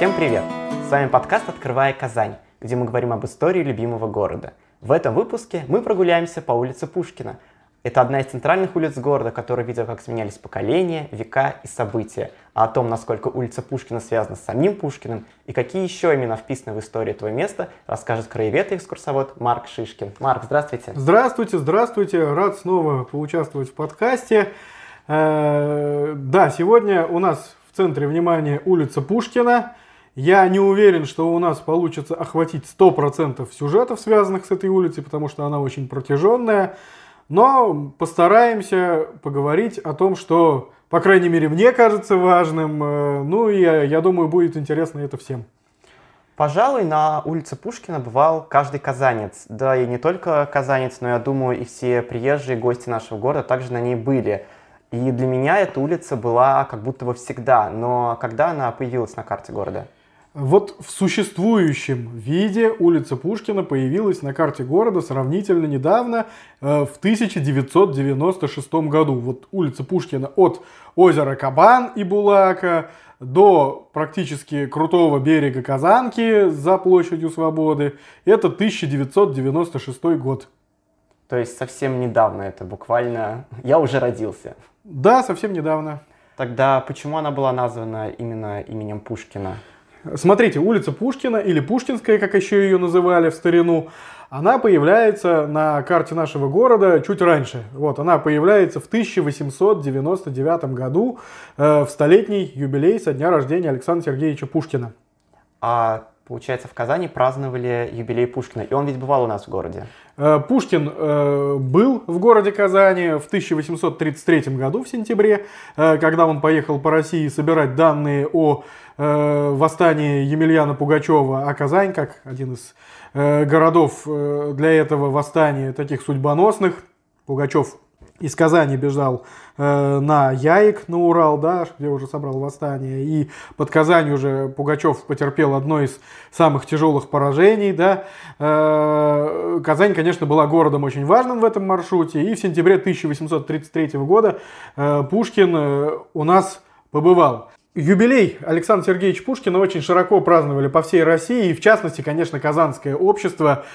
Всем привет! С вами подкаст «Открывая Казань», где мы говорим об истории любимого города. В этом выпуске мы прогуляемся по улице Пушкина. Это одна из центральных улиц города, которая видела, как сменялись поколения, века и события. А о том, насколько улица Пушкина связана с самим Пушкиным и какие еще имена вписаны в историю этого места, расскажет краевед и экскурсовод Марк Шишкин. Марк, здравствуйте. Здравствуйте. Рад снова поучаствовать в подкасте. Да, сегодня у нас в центре внимания улица Пушкина. Я не уверен, что у нас получится охватить 100% сюжетов, связанных с этой улицей, потому что она очень протяженная. Но постараемся поговорить о том, что, по крайней мере, мне кажется важным. Ну и я думаю, будет интересно это всем. Пожалуй, на улице Пушкина бывал каждый казанец. Да и не только казанец, но я думаю, и все приезжие гости нашего города также на ней были. И для меня эта улица была как будто бы всегда. Но когда она появилась на карте города? Вот в существующем виде улица Пушкина появилась на карте города сравнительно недавно, в 1996 году. Вот улица Пушкина от озера Кабан и Булака до практически крутого берега Казанки за площадью Свободы. Это 1996 год. То есть совсем недавно это, буквально я уже родился. Да, совсем недавно. Тогда почему она была названа именно именем Пушкина? Смотрите, улица Пушкина, или Пушкинская, как еще ее называли в старину, она появляется на карте нашего города чуть раньше. Вот, она появляется в 1899 году, в столетний юбилей со дня рождения Александра Сергеевича Пушкина. А получается, в Казани праздновали юбилей Пушкина, и он ведь бывал у нас в городе. Пушкин был в городе Казани в 1833 году, в сентябре, когда он поехал по России собирать данные о восстании Емельяна Пугачева, а Казань, как один из городов для этого восстания, таких судьбоносных. Пугачев из Казани бежал на Яик, на Урал, да, где уже собрал восстание. И под Казань уже Пугачев потерпел одно из самых тяжелых поражений. Да. Казань, конечно, была городом очень важным в этом маршруте. И в сентябре 1833 года Пушкин у нас побывал. Юбилей Александра Сергеевича Пушкина очень широко праздновали по всей России. И в частности, конечно, казанское общество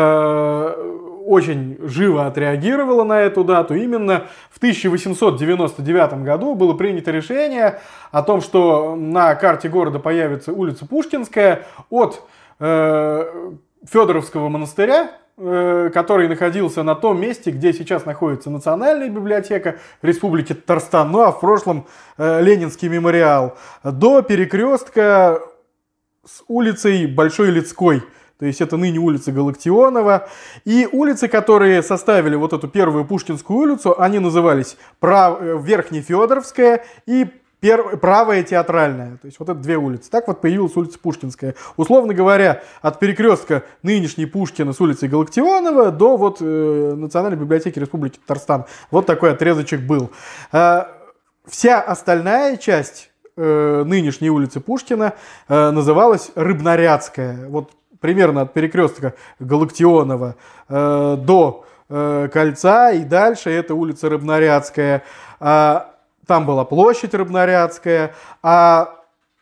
очень живо отреагировало на эту дату. Именно в 1899 году было принято решение о том, что на карте города появится улица Пушкинская от Федоровского монастыря, который находился на том месте, где сейчас находится Национальная библиотека Республики Татарстан, ну а в прошлом Ленинский мемориал, до перекрестка с улицей Большой Лицкой. То есть это ныне улица Галактионова. И улицы, которые составили вот эту первую Пушкинскую улицу, они назывались Верхнефедоровская и Правая Театральная. То есть вот это две улицы. Так вот появилась улица Пушкинская. Условно говоря, от перекрестка нынешней Пушкина с улицей Галактионова до вот Национальной библиотеки Республики Татарстан. Вот такой отрезочек был. Вся остальная часть нынешней улицы Пушкина называлась Рыбнарядская. Вот примерно от перекрестка Галактионова до Кольца и дальше это улица Рыбнарядская. Там была площадь Рыбнарядская, а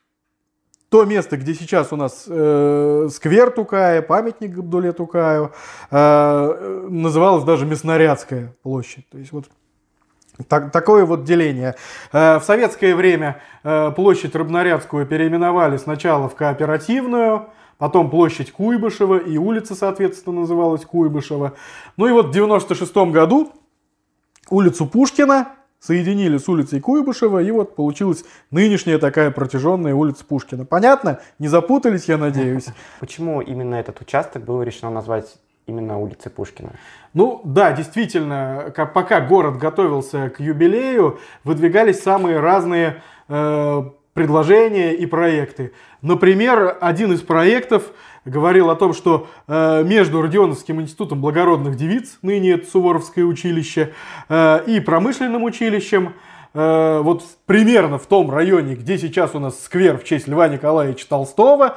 то место, где сейчас у нас сквер Тукая, памятник Габдулле Тукаю, называлось даже Мяснорядская площадь. То есть вот такое вот деление. В советское время площадь Рыбнарядскую переименовали сначала в Кооперативную, потом площадь Куйбышева, и улица, соответственно, называлась Куйбышева. Ну и вот в 1996 году улицу Пушкина соединили с улицей Куйбышева, и вот получилась нынешняя такая протяженная улица Пушкина. Понятно? Не запутались, я надеюсь? Почему именно этот участок было решено назвать именно улицей Пушкина? Ну да, действительно, пока город готовился к юбилею, выдвигались самые разные предложения и проекты. Например, один из проектов говорил о том, что между Родионовским институтом благородных девиц, ныне это Суворовское училище, и промышленным училищем, вот примерно в том районе, где сейчас у нас сквер в честь Льва Николаевича Толстого,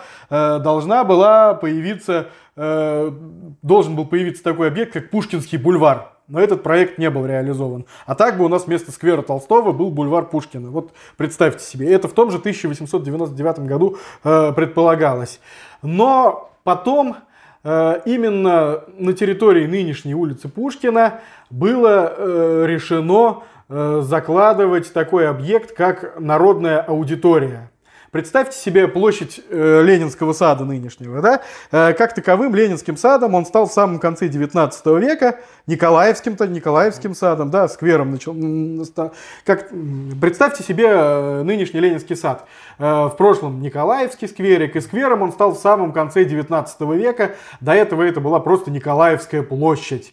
должен был появиться такой объект, как Пушкинский бульвар. но этот проект не был реализован. А так бы у нас вместо сквера Толстого был бульвар Пушкина. Вот представьте себе, это в том же 1899 году предполагалось. Но потом именно на территории нынешней улицы Пушкина было решено закладывать такой объект, как Народная аудитория. Представьте себе площадь Ленинского сада нынешнего. Да? Как таковым Ленинским садом он стал в самом конце 19 века, Николаевским садом, да, сквером. Представьте себе нынешний Ленинский сад. В прошлом Николаевский скверик, и сквером он стал в самом конце 19 века. До этого это была просто Николаевская площадь.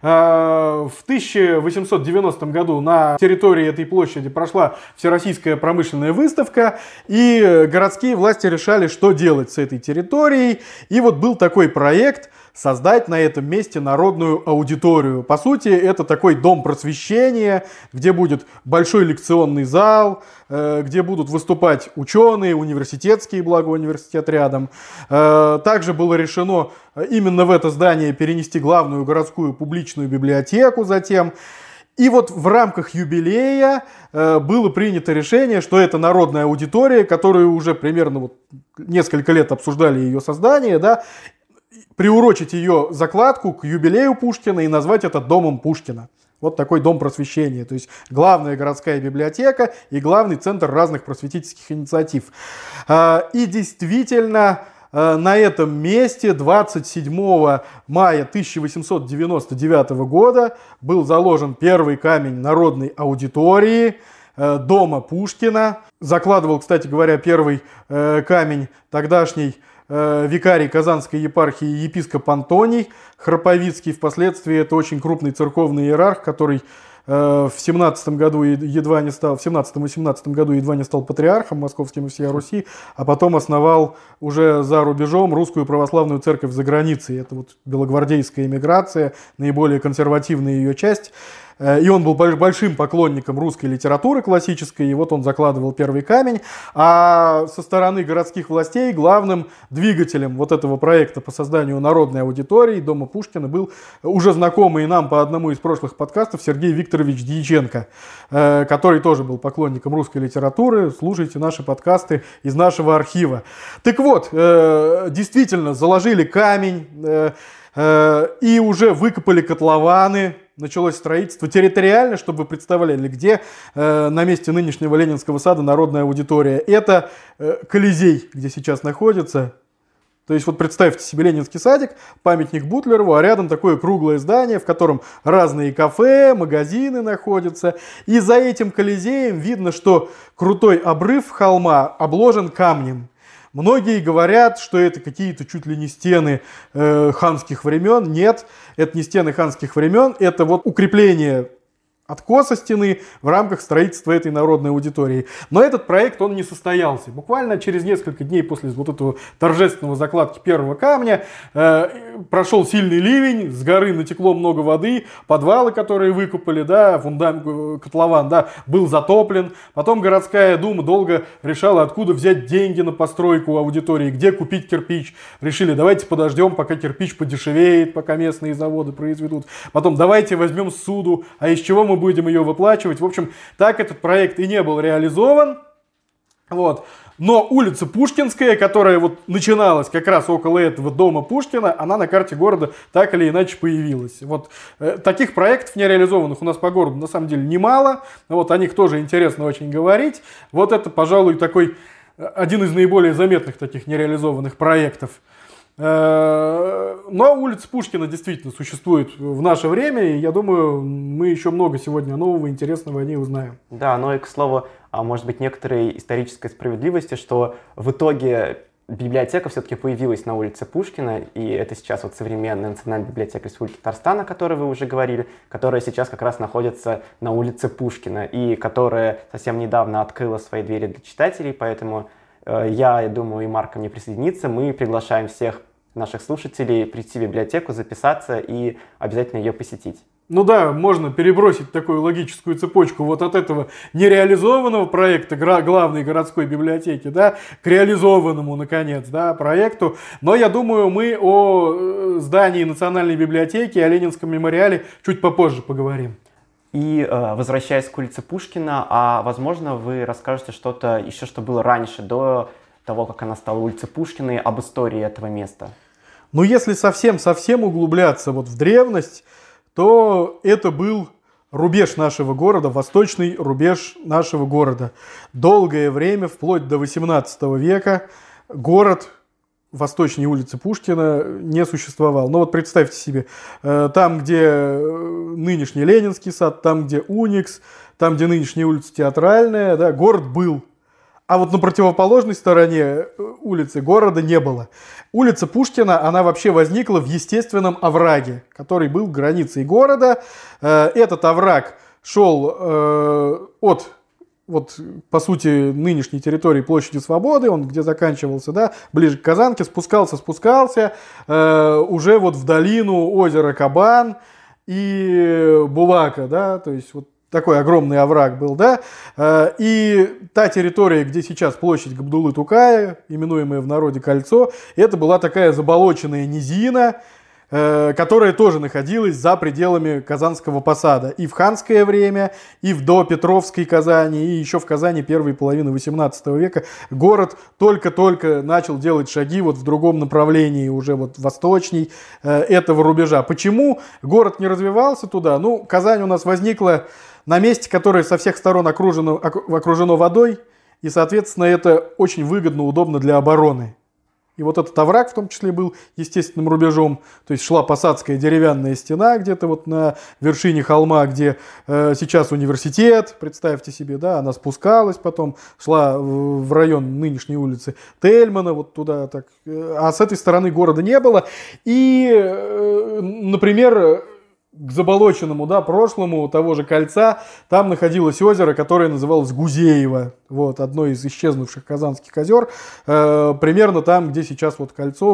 В 1890 году на территории этой площади прошла Всероссийская промышленная выставка, и городские власти решали, что делать с этой территорией. И вот был такой проект создать на этом месте народную аудиторию. По сути, это такой дом просвещения, где будет большой лекционный зал, где будут выступать ученые, университетские, благо университет рядом. Также было решено именно в это здание перенести главную городскую публичную библиотеку затем. И вот в рамках юбилея было принято решение, что это народная аудитория, которую уже примерно вот несколько лет обсуждали ее создание, да, приурочить ее закладку к юбилею Пушкина и назвать это Домом Пушкина. Вот такой дом просвещения, то есть главная городская библиотека и главный центр разных просветительских инициатив. И действительно, на этом месте 27 мая 1899 года был заложен первый камень народной аудитории Дома Пушкина. Закладывал, кстати говоря, первый камень тогдашний викарий Казанской епархии епископ Антоний Храповицкий. Впоследствии это очень крупный церковный иерарх, который в 17 году едва не стал, в 17 и 17 году едва не стал патриархом московским и всей Руси, а потом основал уже за рубежом русскую православную церковь за границей. Это вот белогвардейская эмиграция, наиболее консервативная ее часть. И он был большим поклонником русской литературы классической, и вот он закладывал первый камень. А со стороны городских властей главным двигателем вот этого проекта по созданию народной аудитории Дома Пушкина был уже знакомый нам по одному из прошлых подкастов Сергей Викторович Дьяченко, который тоже был поклонником русской литературы. Слушайте наши подкасты из нашего архива. Так вот, действительно, заложили камень и уже выкопали котлованы. Началось строительство территориально, чтобы вы представляли, где на месте нынешнего Ленинского сада народная аудитория. Это Колизей, где сейчас находится. То есть вот представьте себе Ленинский садик, памятник Бутлерову, а рядом такое круглое здание, в котором разные кафе, магазины находятся. И за этим Колизеем видно, что крутой обрыв холма обложен камнем. Многие говорят, что это какие-то чуть ли не стены ханских времен. Нет, это не стены ханских времен, это вот укрепление откоса стены в рамках строительства этой народной аудитории. Но этот проект, он не состоялся. Буквально через несколько дней после вот этого торжественного закладки первого камня прошел сильный ливень, с горы натекло много воды, подвалы, которые выкопали, да, фундамент, котлован, да, был затоплен. Потом городская дума долго решала, откуда взять деньги на постройку аудитории, где купить кирпич. Решили, давайте подождем, пока кирпич подешевеет, пока местные заводы произведут. Потом давайте возьмем ссуду, а из чего мы будем ее выплачивать. В общем, так этот проект и не был реализован. Вот. Но улица Пушкинская, которая вот начиналась как раз около этого дома Пушкина, она на карте города так или иначе появилась. Вот. Таких проектов нереализованных у нас по городу на самом деле немало. Вот. О них тоже интересно очень говорить. Вот это, пожалуй, такой один из наиболее заметных таких нереализованных проектов. Но улица Пушкина действительно существует в наше время, и я думаю, мы еще много сегодня нового, интересного о ней узнаем. Да, но и, к слову, может быть, некоторой исторической справедливости, что в итоге библиотека все-таки появилась на улице Пушкина, и это сейчас вот современная Национальная библиотека Республики Татарстан, о которой вы уже говорили, которая сейчас как раз находится на улице Пушкина, и которая совсем недавно открыла свои двери для читателей, поэтому я думаю, и Марк ко мне присоединится. Мы приглашаем всех наших слушателей прийти в библиотеку, записаться и обязательно ее посетить. Ну да, можно перебросить такую логическую цепочку вот от этого нереализованного проекта главной городской библиотеки, да, к реализованному, наконец, да, проекту. Но я думаю, мы о здании Национальной библиотеки, о Ленинском мемориале чуть попозже поговорим. И возвращаясь к улице Пушкина, возможно, вы расскажете что-то еще, что было раньше, до того, как она стала улицей Пушкина, об истории этого места? Ну, если совсем углубляться вот в древность, то это был рубеж нашего города, восточный рубеж нашего города. Долгое время, вплоть до 18 века, город восточней улицы Пушкина не существовал. Ну вот представьте себе, там, где нынешний Ленинский сад, там, где Уникс, там, где нынешняя улица Театральная, да, город был. А вот на противоположной стороне улицы города не было. Улица Пушкина, она вообще возникла в естественном овраге, который был границей города. Этот овраг шел от, вот, по сути, нынешней территории Площади Свободы, он где заканчивался, да, ближе к Казанке, спускался, уже вот в долину озера Кабан и Булака, да, то есть вот такой огромный овраг был, да, и та территория, где сейчас площадь Габдуллы Тукая, именуемая в народе Кольцо, это была такая заболоченная низина, которая тоже находилась за пределами Казанского посада. И в ханское время, и в допетровской Казани, и еще в Казани первой половины 18 века город только-только начал делать шаги вот в другом направлении, уже вот восточней этого рубежа. Почему город не развивался туда? Ну, Казань у нас возникла на месте, которое со всех сторон окружено водой, и, соответственно, это очень выгодно, удобно для обороны. И вот этот овраг в том числе был естественным рубежом, то есть шла посадская деревянная стена где-то вот на вершине холма, где сейчас университет, представьте себе, да, она спускалась потом, шла в район нынешней улицы Тельмана, вот туда так, а с этой стороны города не было. И, например, к заболоченному, да, прошлому того же Кольца, там находилось озеро, которое называлось Гузеево, вот, одно из исчезнувших казанских озер, примерно там, где сейчас вот Кольцо,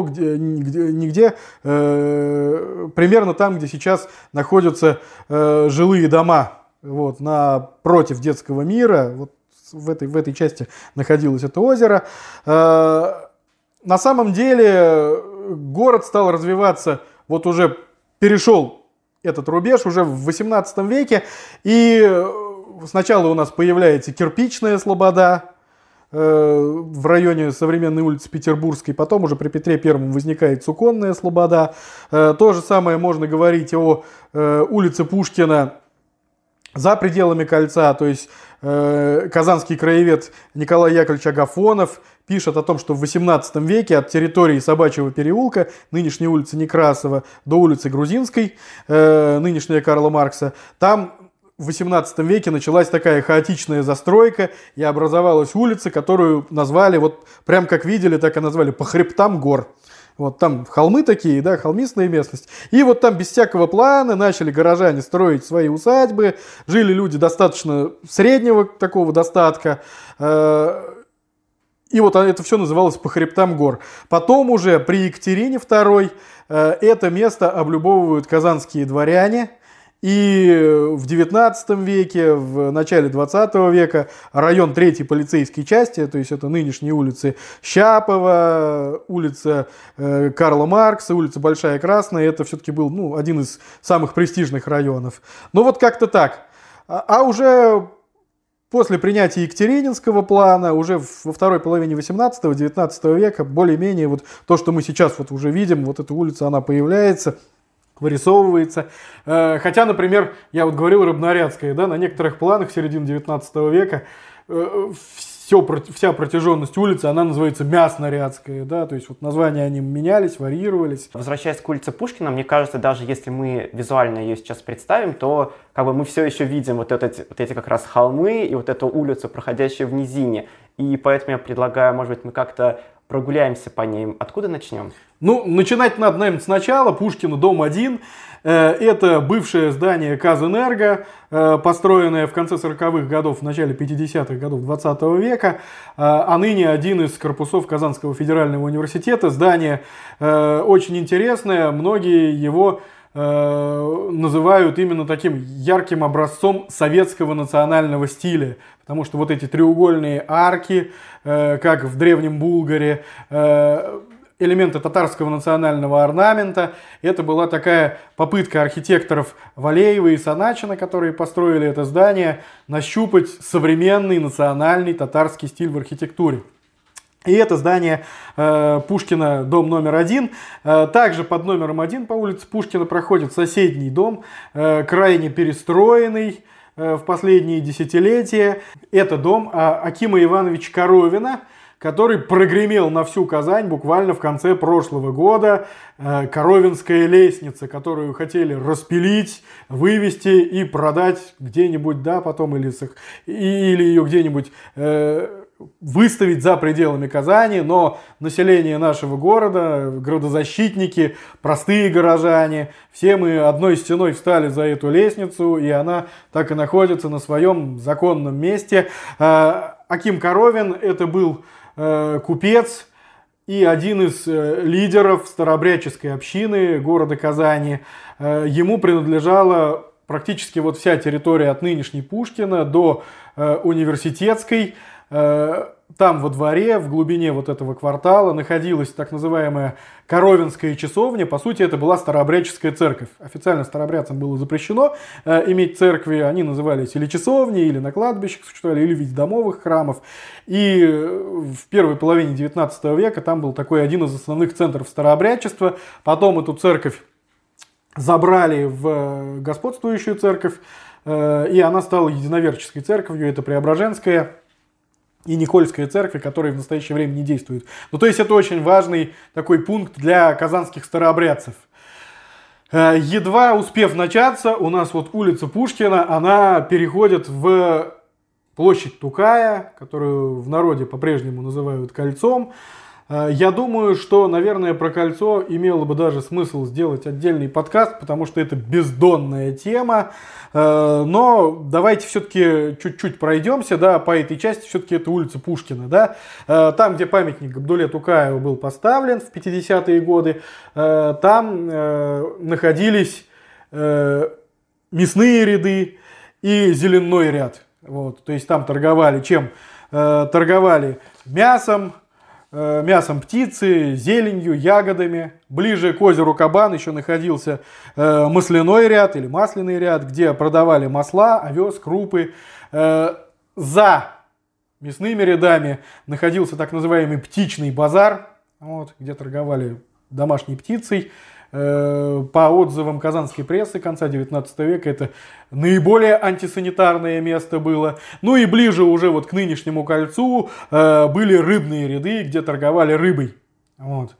примерно там, где сейчас находятся жилые дома, вот, напротив детского мира, вот в этой части находилось это озеро. На самом деле город стал развиваться, вот уже перешел этот рубеж уже в 18 веке, и сначала у нас появляется кирпичная слобода в районе современной улицы Петербургской, потом уже при Петре Первом возникает суконная слобода. То же самое можно говорить о улице Пушкина за пределами Кольца, то есть казанский краевед Николай Яковлевич Агафонов пишет о том, что в 18 веке от территории Собачьего переулка, нынешней улицы Некрасова, до улицы Грузинской, нынешняя Карла Маркса, там в 18 веке началась такая хаотичная застройка, и образовалась улица, которую назвали, вот прям как видели, так и назвали, по хребтам гор. Вот там холмы такие, да, холмистая местность. И вот там без всякого плана начали горожане строить свои усадьбы, жили люди достаточно среднего такого достатка. И вот это все называлось по хребтам гор. Потом уже при Екатерине II это место облюбовывают казанские дворяне. И в 19 веке, в начале 20 века район 3-й полицейской части, то есть это нынешние улицы Щапова, улица Карла Маркса, улица Большая Красная, это все-таки был один из самых престижных районов. Ну вот как-то так. А уже после принятия Екатерининского плана, уже во второй половине 18-19 века, более-менее вот то, что мы сейчас вот уже видим, вот эта улица, она появляется, вырисовывается. Хотя, например, я вот говорил Рыбнарядская, да, на некоторых планах середины 19 века вся протяженность улицы, она называется Мяснорядская, да, то есть вот названия они менялись, варьировались. Возвращаясь к улице Пушкина, мне кажется, даже если мы визуально ее сейчас представим, то как бы мы все еще видим вот эти как раз холмы и вот эту улицу, проходящую в низине. И поэтому я предлагаю, может быть, мы как-то прогуляемся по ним. Откуда начнем? Ну, начинать надо, наверное, сначала. Пушкина, дом 1. Это бывшее здание Казэнерго, построенное в конце 40-х годов, в начале 50-х годов 20 века, а ныне один из корпусов Казанского федерального университета. Здание очень интересное, многие его называют именно таким ярким образцом советского национального стиля. Потому что вот эти треугольные арки, как в Древнем Булгаре, элементы татарского национального орнамента. Это была такая попытка архитекторов Валеева и Саначина, которые построили это здание, нащупать современный национальный татарский стиль в архитектуре. И это здание Пушкина, дом номер 1. Также под номером 1 по улице Пушкина проходит соседний дом, крайне перестроенный в последние десятилетия. Это дом Акима Ивановича Коровина, который прогремел на всю Казань буквально в конце прошлого года. Коровинская лестница, которую хотели распилить, вывести и продать где-нибудь, да, потом или ее где-нибудь выставить за пределами Казани, но население нашего города, градозащитники, простые горожане, все мы одной стеной встали за эту лестницу, и она так и находится на своем законном месте. Аким Коровин — это был купец и один из лидеров старообрядческой общины города Казани. Ему принадлежала практически вот вся территория от нынешней Пушкина до Университетской. Там во дворе, в глубине вот этого квартала, находилась так называемая Коровинская часовня. По сути, это была старообрядческая церковь. Официально старообрядцам было запрещено иметь церкви. Они назывались или часовни, или на кладбищах существовали, или в виде домовых храмов. И в первой половине 19 века там был такой один из основных центров старообрядчества. Потом эту церковь забрали в господствующую церковь, и она стала единоверческой церковью. Это Преображенская и Никольская церкви, которые в настоящее время не действуют. Ну, то есть это очень важный такой пункт для казанских старообрядцев. Едва успев начаться, у нас вот улица Пушкина, она переходит в площадь Тукая, которую в народе по-прежнему называют Кольцом. Я думаю, что, наверное, про кольцо имело бы даже смысл сделать отдельный подкаст, потому что это бездонная тема. Но давайте все-таки чуть-чуть пройдемся, да, по этой части. Все-таки это улица Пушкина, да. Там, где памятник Габдулле Тукаеву был поставлен в 50-е годы, там находились мясные ряды и зеленой ряд. Вот, то есть там торговали чем? Торговали мясом птицы, зеленью, ягодами. Ближе к озеру Кабан еще находился масляной ряд или масляный ряд, где продавали масла, овес, крупы. За мясными рядами находился так называемый птичный базар, вот, где торговали домашней птицей. По отзывам казанской прессы конца 19 века это наиболее антисанитарное место было. Ну и ближе уже вот к нынешнему кольцу были рыбные ряды, где торговали рыбой. Вот.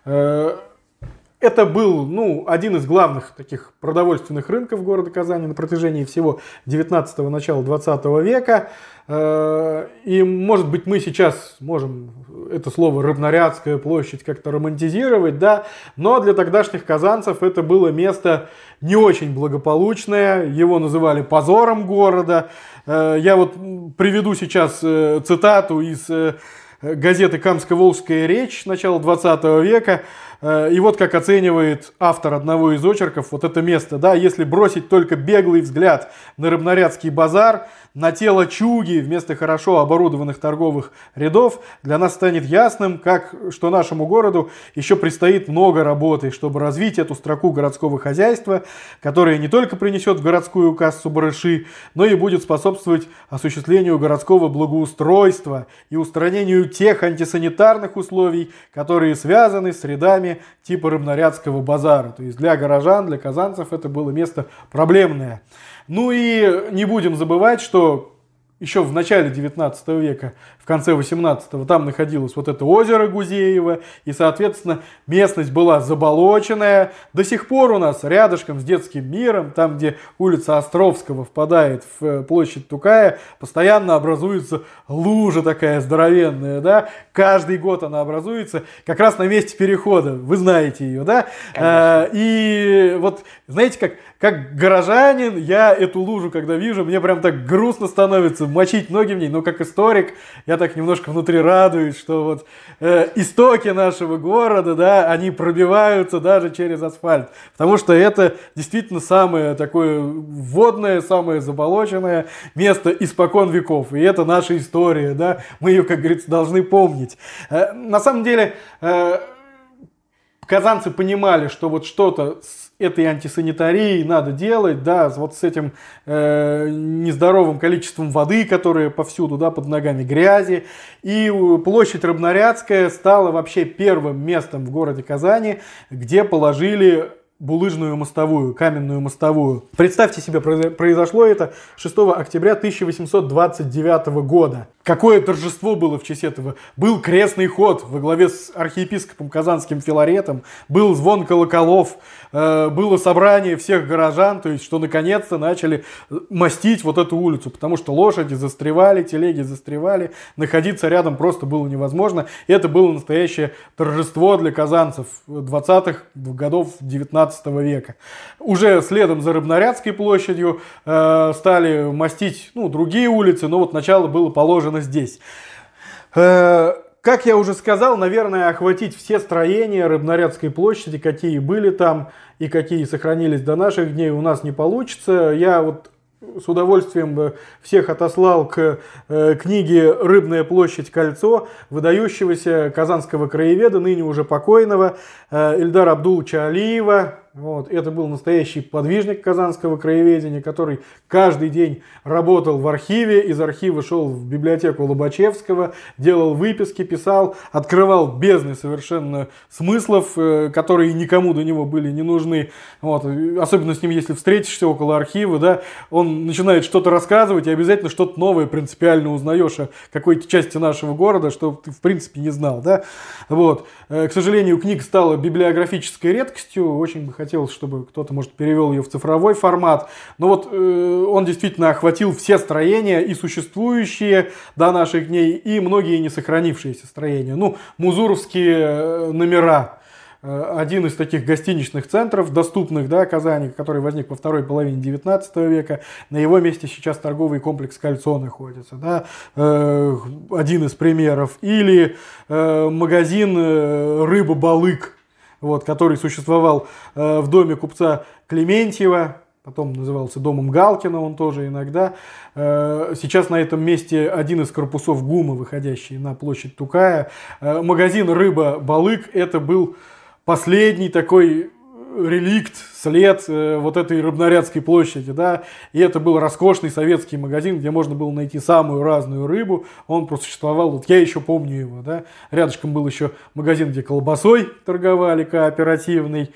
Это был один из главных таких продовольственных рынков города Казани на протяжении всего 19-го, начала 20 века. И, может быть, мы сейчас можем это слово «Рыбнорядская площадь» как-то романтизировать, да, но для тогдашних казанцев это было место не очень благополучное, его называли позором города. Я вот приведу сейчас цитату из газеты «Камско-Волжская речь» начала 20 века. И вот как оценивает автор одного из очерков вот это место. Да, если бросить только беглый взгляд на Рыбнорядский базар, на тело чуги вместо хорошо оборудованных торговых рядов, для нас станет ясным, что нашему городу еще предстоит много работы, чтобы развить эту строку городского хозяйства, которая не только принесет в городскую кассу барыши, но и будет способствовать осуществлению городского благоустройства и устранению тех антисанитарных условий, которые связаны с рядами типа Рыбнорядского базара. То есть для горожан, для казанцев это было место проблемное. Ну и не будем забывать, что еще в начале 19 века, в конце 18-го, там находилось вот это озеро Гузеево, и, соответственно, местность была заболоченная. До сих пор у нас рядышком с Детским миром, там, где улица Островского впадает в площадь Тукая, постоянно образуется лужа такая здоровенная, да, каждый год она образуется как раз на месте перехода, вы знаете ее, да, и вот, знаете, как горожанин, я эту лужу, когда вижу, мне прям так грустно становится улицу, мочить ноги в ней, но как историк я так немножко внутри радуюсь, что вот истоки нашего города, да, они пробиваются даже через асфальт, потому что это действительно самое такое водное, самое заболоченное место испокон веков, и это наша история, да, мы ее, как говорится, должны помнить. На самом деле, казанцы понимали, что вот что-то с этой антисанитарией надо делать, да, вот с этим нездоровым количеством воды, которая повсюду, да, под ногами, грязи. И площадь Рыбнарядская стала вообще первым местом в городе Казани, где положили булыжную мостовую, каменную мостовую. Представьте себе, произошло это 6 октября 1829 года. Какое торжество было в честь этого? Был крестный ход во главе с архиепископом казанским Филаретом, был звон колоколов, было собрание всех горожан, то есть, что наконец-то начали мостить вот эту улицу, потому что лошади застревали, телеги застревали, находиться рядом просто было невозможно. Это было настоящее торжество для казанцев 20-х годов 19 века. Уже следом за Рыбнарядской площадью стали мостить, ну, другие улицы, но вот начало было положено здесь. Как я уже сказал, наверное, охватить все строения Рыбнарядской площади, какие были там и какие сохранились до наших дней, у нас не получится. Я вот с удовольствием бы всех отослал к книге «Рыбная площадь. Кольцо» выдающегося казанского краеведа, ныне уже покойного Ильдара Абдуловича Алиева. Вот. Это был настоящий подвижник казанского краеведения, который каждый день работал в архиве, из архива шел в библиотеку Лобачевского, делал выписки, писал, открывал бездны совершенно смыслов, которые никому до него были не нужны. Вот. Особенно с ним, если встретишься около архива, да, он начинает что-то рассказывать, и обязательно что-то новое принципиально узнаешь о какой-то части нашего города, что ты в принципе не знал. Да? Вот. К сожалению, книга стала библиографической редкостью, очень бы хотелось, чтобы кто-то, может, перевел ее в цифровой формат. Но вот он действительно охватил все строения, и существующие до наших дней, и многие не сохранившиеся строения. Ну, музуровские номера. Один из таких гостиничных центров, доступных, да, Казани, который возник во второй половине 19 века. На его месте сейчас торговый комплекс «Кольцо» находится. Да? Один из примеров. Или магазин «Рыба-Балык», вот, который существовал в доме купца Клементьева, потом назывался домом Галкина, он тоже иногда. Сейчас на этом месте один из корпусов ГУМа, выходящий на площадь Тукая. Магазин «Рыба-Балык» — это был последний такой реликт, след вот этой Рыбнарядской площади, да, и это был роскошный советский магазин, где можно было найти самую разную рыбу, он просуществовал, вот я еще помню его, да, рядышком был еще магазин, где колбасой торговали, кооперативный,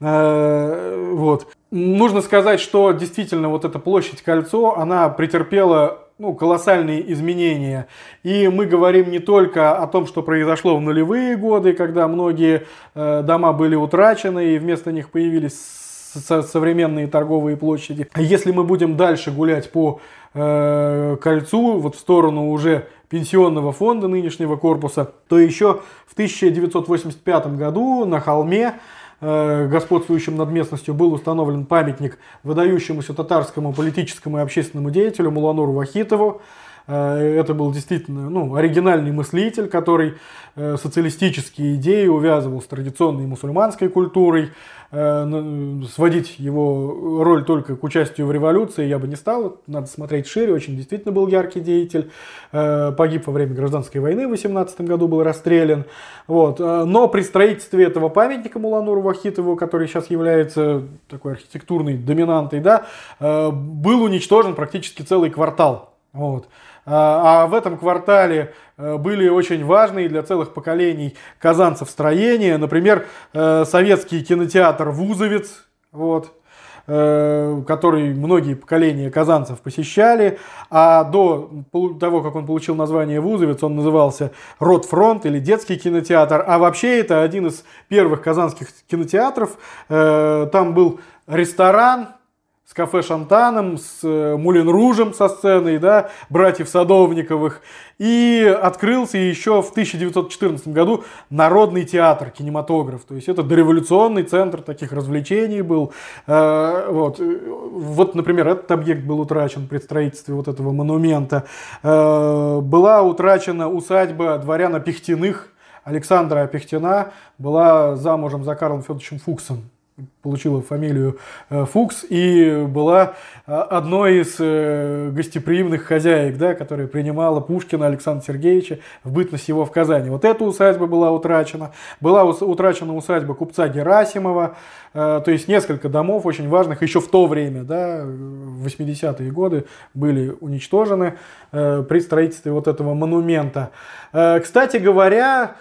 вот. Нужно сказать, что действительно вот эта площадь Кольцо, она претерпела, ну, колоссальные изменения. И мы говорим не только о том, что произошло в нулевые годы, когда многие дома были утрачены, и вместо них появились современные торговые площади. Если мы будем дальше гулять по Кольцу, вот в сторону уже пенсионного фонда нынешнего корпуса, то еще в 1985 году на холме, господствующим над местностью, был установлен памятник выдающемуся татарскому политическому и общественному деятелю Мулануру Вахитову. Это был действительно, ну, оригинальный мыслитель, который социалистические идеи увязывал с традиционной мусульманской культурой. Сводить его роль только к участию в революции я бы не стал. Надо смотреть шире. Очень действительно был яркий деятель. Погиб во время гражданской войны в 18 году, был расстрелян. Вот. Но при строительстве этого памятника Мулануру Вахитову, который сейчас является такой архитектурной доминантой, да, был уничтожен практически целый квартал. Вот. А в этом квартале были очень важные для целых поколений казанцев строения. Например, советский кинотеатр «Вузовец», вот, который многие поколения казанцев посещали. А до того, как он получил название «Вузовец», он назывался «Ротфронт» или «Детский кинотеатр». А вообще это один из первых казанских кинотеатров. Там был ресторан, с кафе Шантаном, с Мулен Ружем со сценой, да, братьев Садовниковых. И открылся еще в 1914 году Народный театр, кинематограф. То есть это дореволюционный центр таких развлечений был. Вот, например, этот объект был утрачен при строительстве вот этого монумента. Была утрачена усадьба дворяна Пехтиных. Александра Пехтина была замужем за Карлом Федоровичем Фуксом. Получила фамилию Фукс и была одной из гостеприимных хозяек, да, которая принимала Пушкина Александра Сергеевича в бытность его в Казани. Вот эта усадьба была утрачена. Была утрачена усадьба купца Герасимова. То есть несколько домов очень важных еще в то время, да, в 80-е годы были уничтожены при строительстве вот этого монумента. Кстати говоря,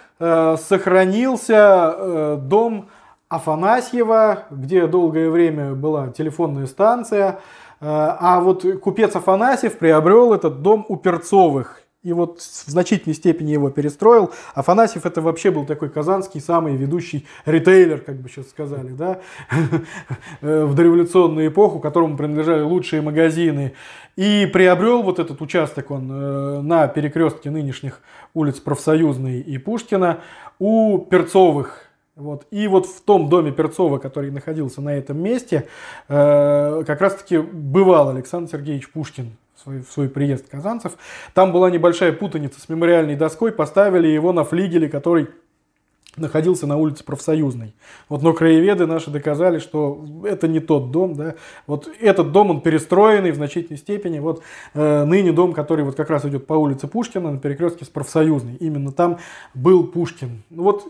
сохранился дом Афанасьева, где долгое время была телефонная станция, а вот купец Афанасьев приобрел этот дом у Перцовых и вот в значительной степени его перестроил. Афанасьев это вообще был такой казанский самый ведущий ритейлер, как бы сейчас сказали, да, в дореволюционную эпоху, которому принадлежали лучшие магазины. И приобрел вот этот участок он на перекрестке нынешних улиц Профсоюзной и Пушкина у Перцовых. Вот. И вот в том доме Перцова, который находился на этом месте, как раз-таки бывал Александр Сергеевич Пушкин в свой приезд казанцев. Там была небольшая путаница с мемориальной доской, поставили его на флигеле, который находился на улице Профсоюзной. Вот, но краеведы наши доказали, что это не тот дом. Да? Вот этот дом, он перестроенный в значительной степени. Вот ныне дом, который вот как раз идет по улице Пушкина на перекрестке с Профсоюзной. Именно там был Пушкин. Вот.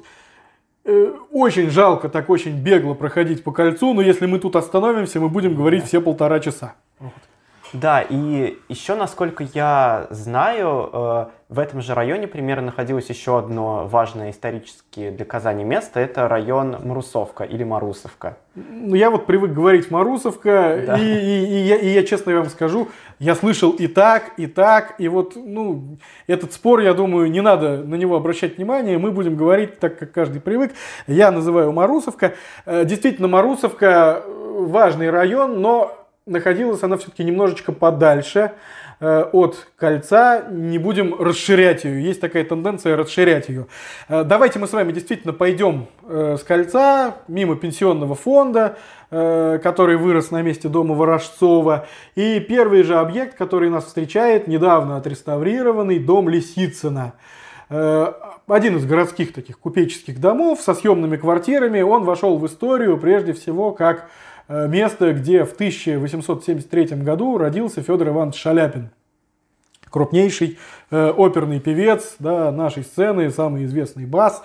Очень жалко так очень бегло проходить по кольцу, но если мы тут остановимся, мы будем говорить все 1,5 часа. Вот. Да, и еще, насколько я знаю, в этом же районе примерно находилось еще одно важное исторически для Казани место. Это район Марусовка или Марусовка. Ну, я вот привык говорить Марусовка, да. и я честно вам скажу, я слышал и так, и вот, ну, этот спор, я думаю, не надо на него обращать внимание, мы будем говорить так, как каждый привык. Я называю Марусовка. Действительно, Марусовка важный район, но находилась она все-таки немножечко подальше от кольца, не будем расширять ее, есть такая тенденция расширять ее. Давайте мы с вами действительно пойдем с кольца, мимо пенсионного фонда, который вырос на месте дома Ворожцова, и первый же объект, который нас встречает, недавно отреставрированный дом Лисицына. Один из городских таких купеческих домов со съемными квартирами, он вошел в историю прежде всего как место, где в 1873 году родился Федор Иванович Шаляпин. Крупнейший оперный певец, да, нашей сцены, самый известный бас.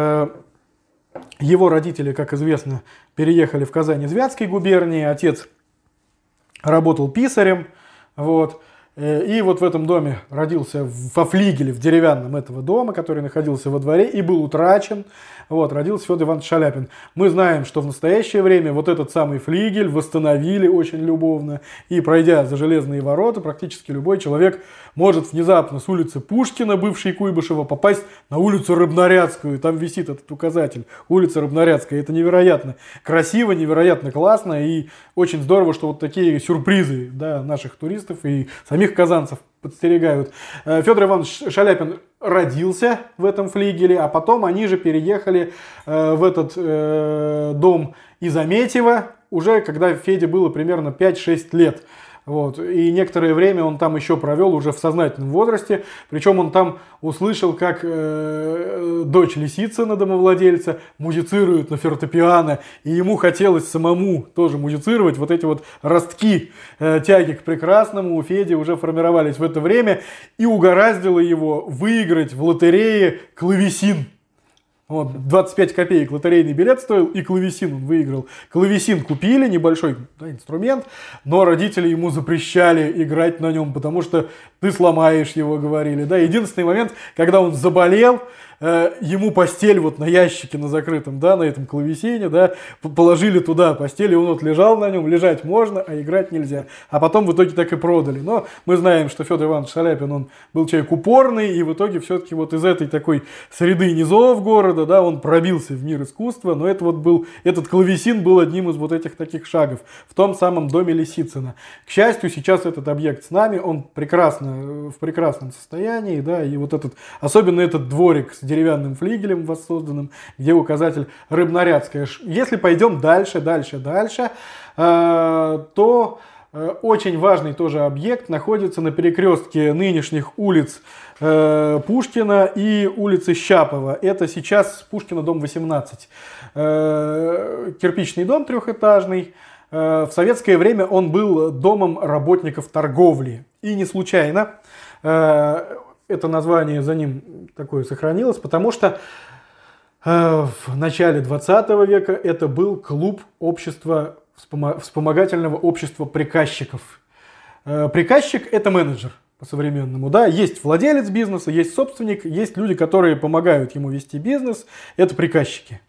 Его родители, как известно, переехали в Казань из Вятской губернии. Отец работал писарем. Вот. И вот в этом доме родился, во флигеле, в деревянном этого дома, который находился во дворе и был утрачен, вот, родился Федор Иванович Шаляпин. Мы знаем, что в настоящее время вот этот самый флигель восстановили очень любовно, и пройдя за железные ворота, практически любой человек может внезапно с улицы Пушкина, бывшей Куйбышева, попасть на улицу Рыбнарядскую. Там висит этот указатель, улица Рыбнарядская. Это невероятно красиво, невероятно классно, и очень здорово, что вот такие сюрпризы, да, наших туристов и самих казанцев подстерегают. Федор Иванович Шаляпин родился в этом флигеле, а потом они же переехали в этот дом из Аметьева, уже когда Феде было примерно 5-6 лет. Вот. И некоторое время он там еще провел уже в сознательном возрасте. Причем он там услышал, как дочь Лисицына, домовладельца, музицирует на фортепиано. И ему хотелось самому тоже музицировать. Вот эти вот ростки тяги к прекрасному у Феди уже формировались в это время. И угораздило его выиграть в лотерее клавесин. Вот, 25 копеек лотерейный билет стоил, и клавесин он выиграл. Клавесин купили, небольшой, да, инструмент, но родители ему запрещали играть на нем, потому что ты сломаешь его, говорили. Да. Единственный момент, когда он заболел, ему постель вот на ящике, на закрытом, да, на этом клавесине, да, положили туда постель, и он вот лежал на нем, лежать можно, а играть нельзя. А потом в итоге так и продали. Но мы знаем, что Федор Иванович Шаляпин, он был человек упорный, и в итоге все-таки вот из этой такой среды низов города, да, он пробился в мир искусства, но это вот был, этот клавесин был одним из вот этих таких шагов в том самом доме Лисицына. К счастью, сейчас этот объект с нами, он в прекрасном состоянии, да, и вот этот, особенно этот дворик с деревянным флигелем воссозданным, где указатель Рыбнарядская. Если пойдем дальше, то очень важный тоже объект находится на перекрестке нынешних улиц Пушкина и улицы Щапова. Это сейчас Пушкина, дом 18. Кирпичный дом трехэтажный. В советское время он был домом работников торговли. И не случайно это название за ним такое сохранилось, потому что в начале 20 века это был клуб вспомогательного общества приказчиков. Приказчик – это менеджер по-современному. Да? Есть владелец бизнеса, есть собственник, есть люди, которые помогают ему вести бизнес. Это приказчики.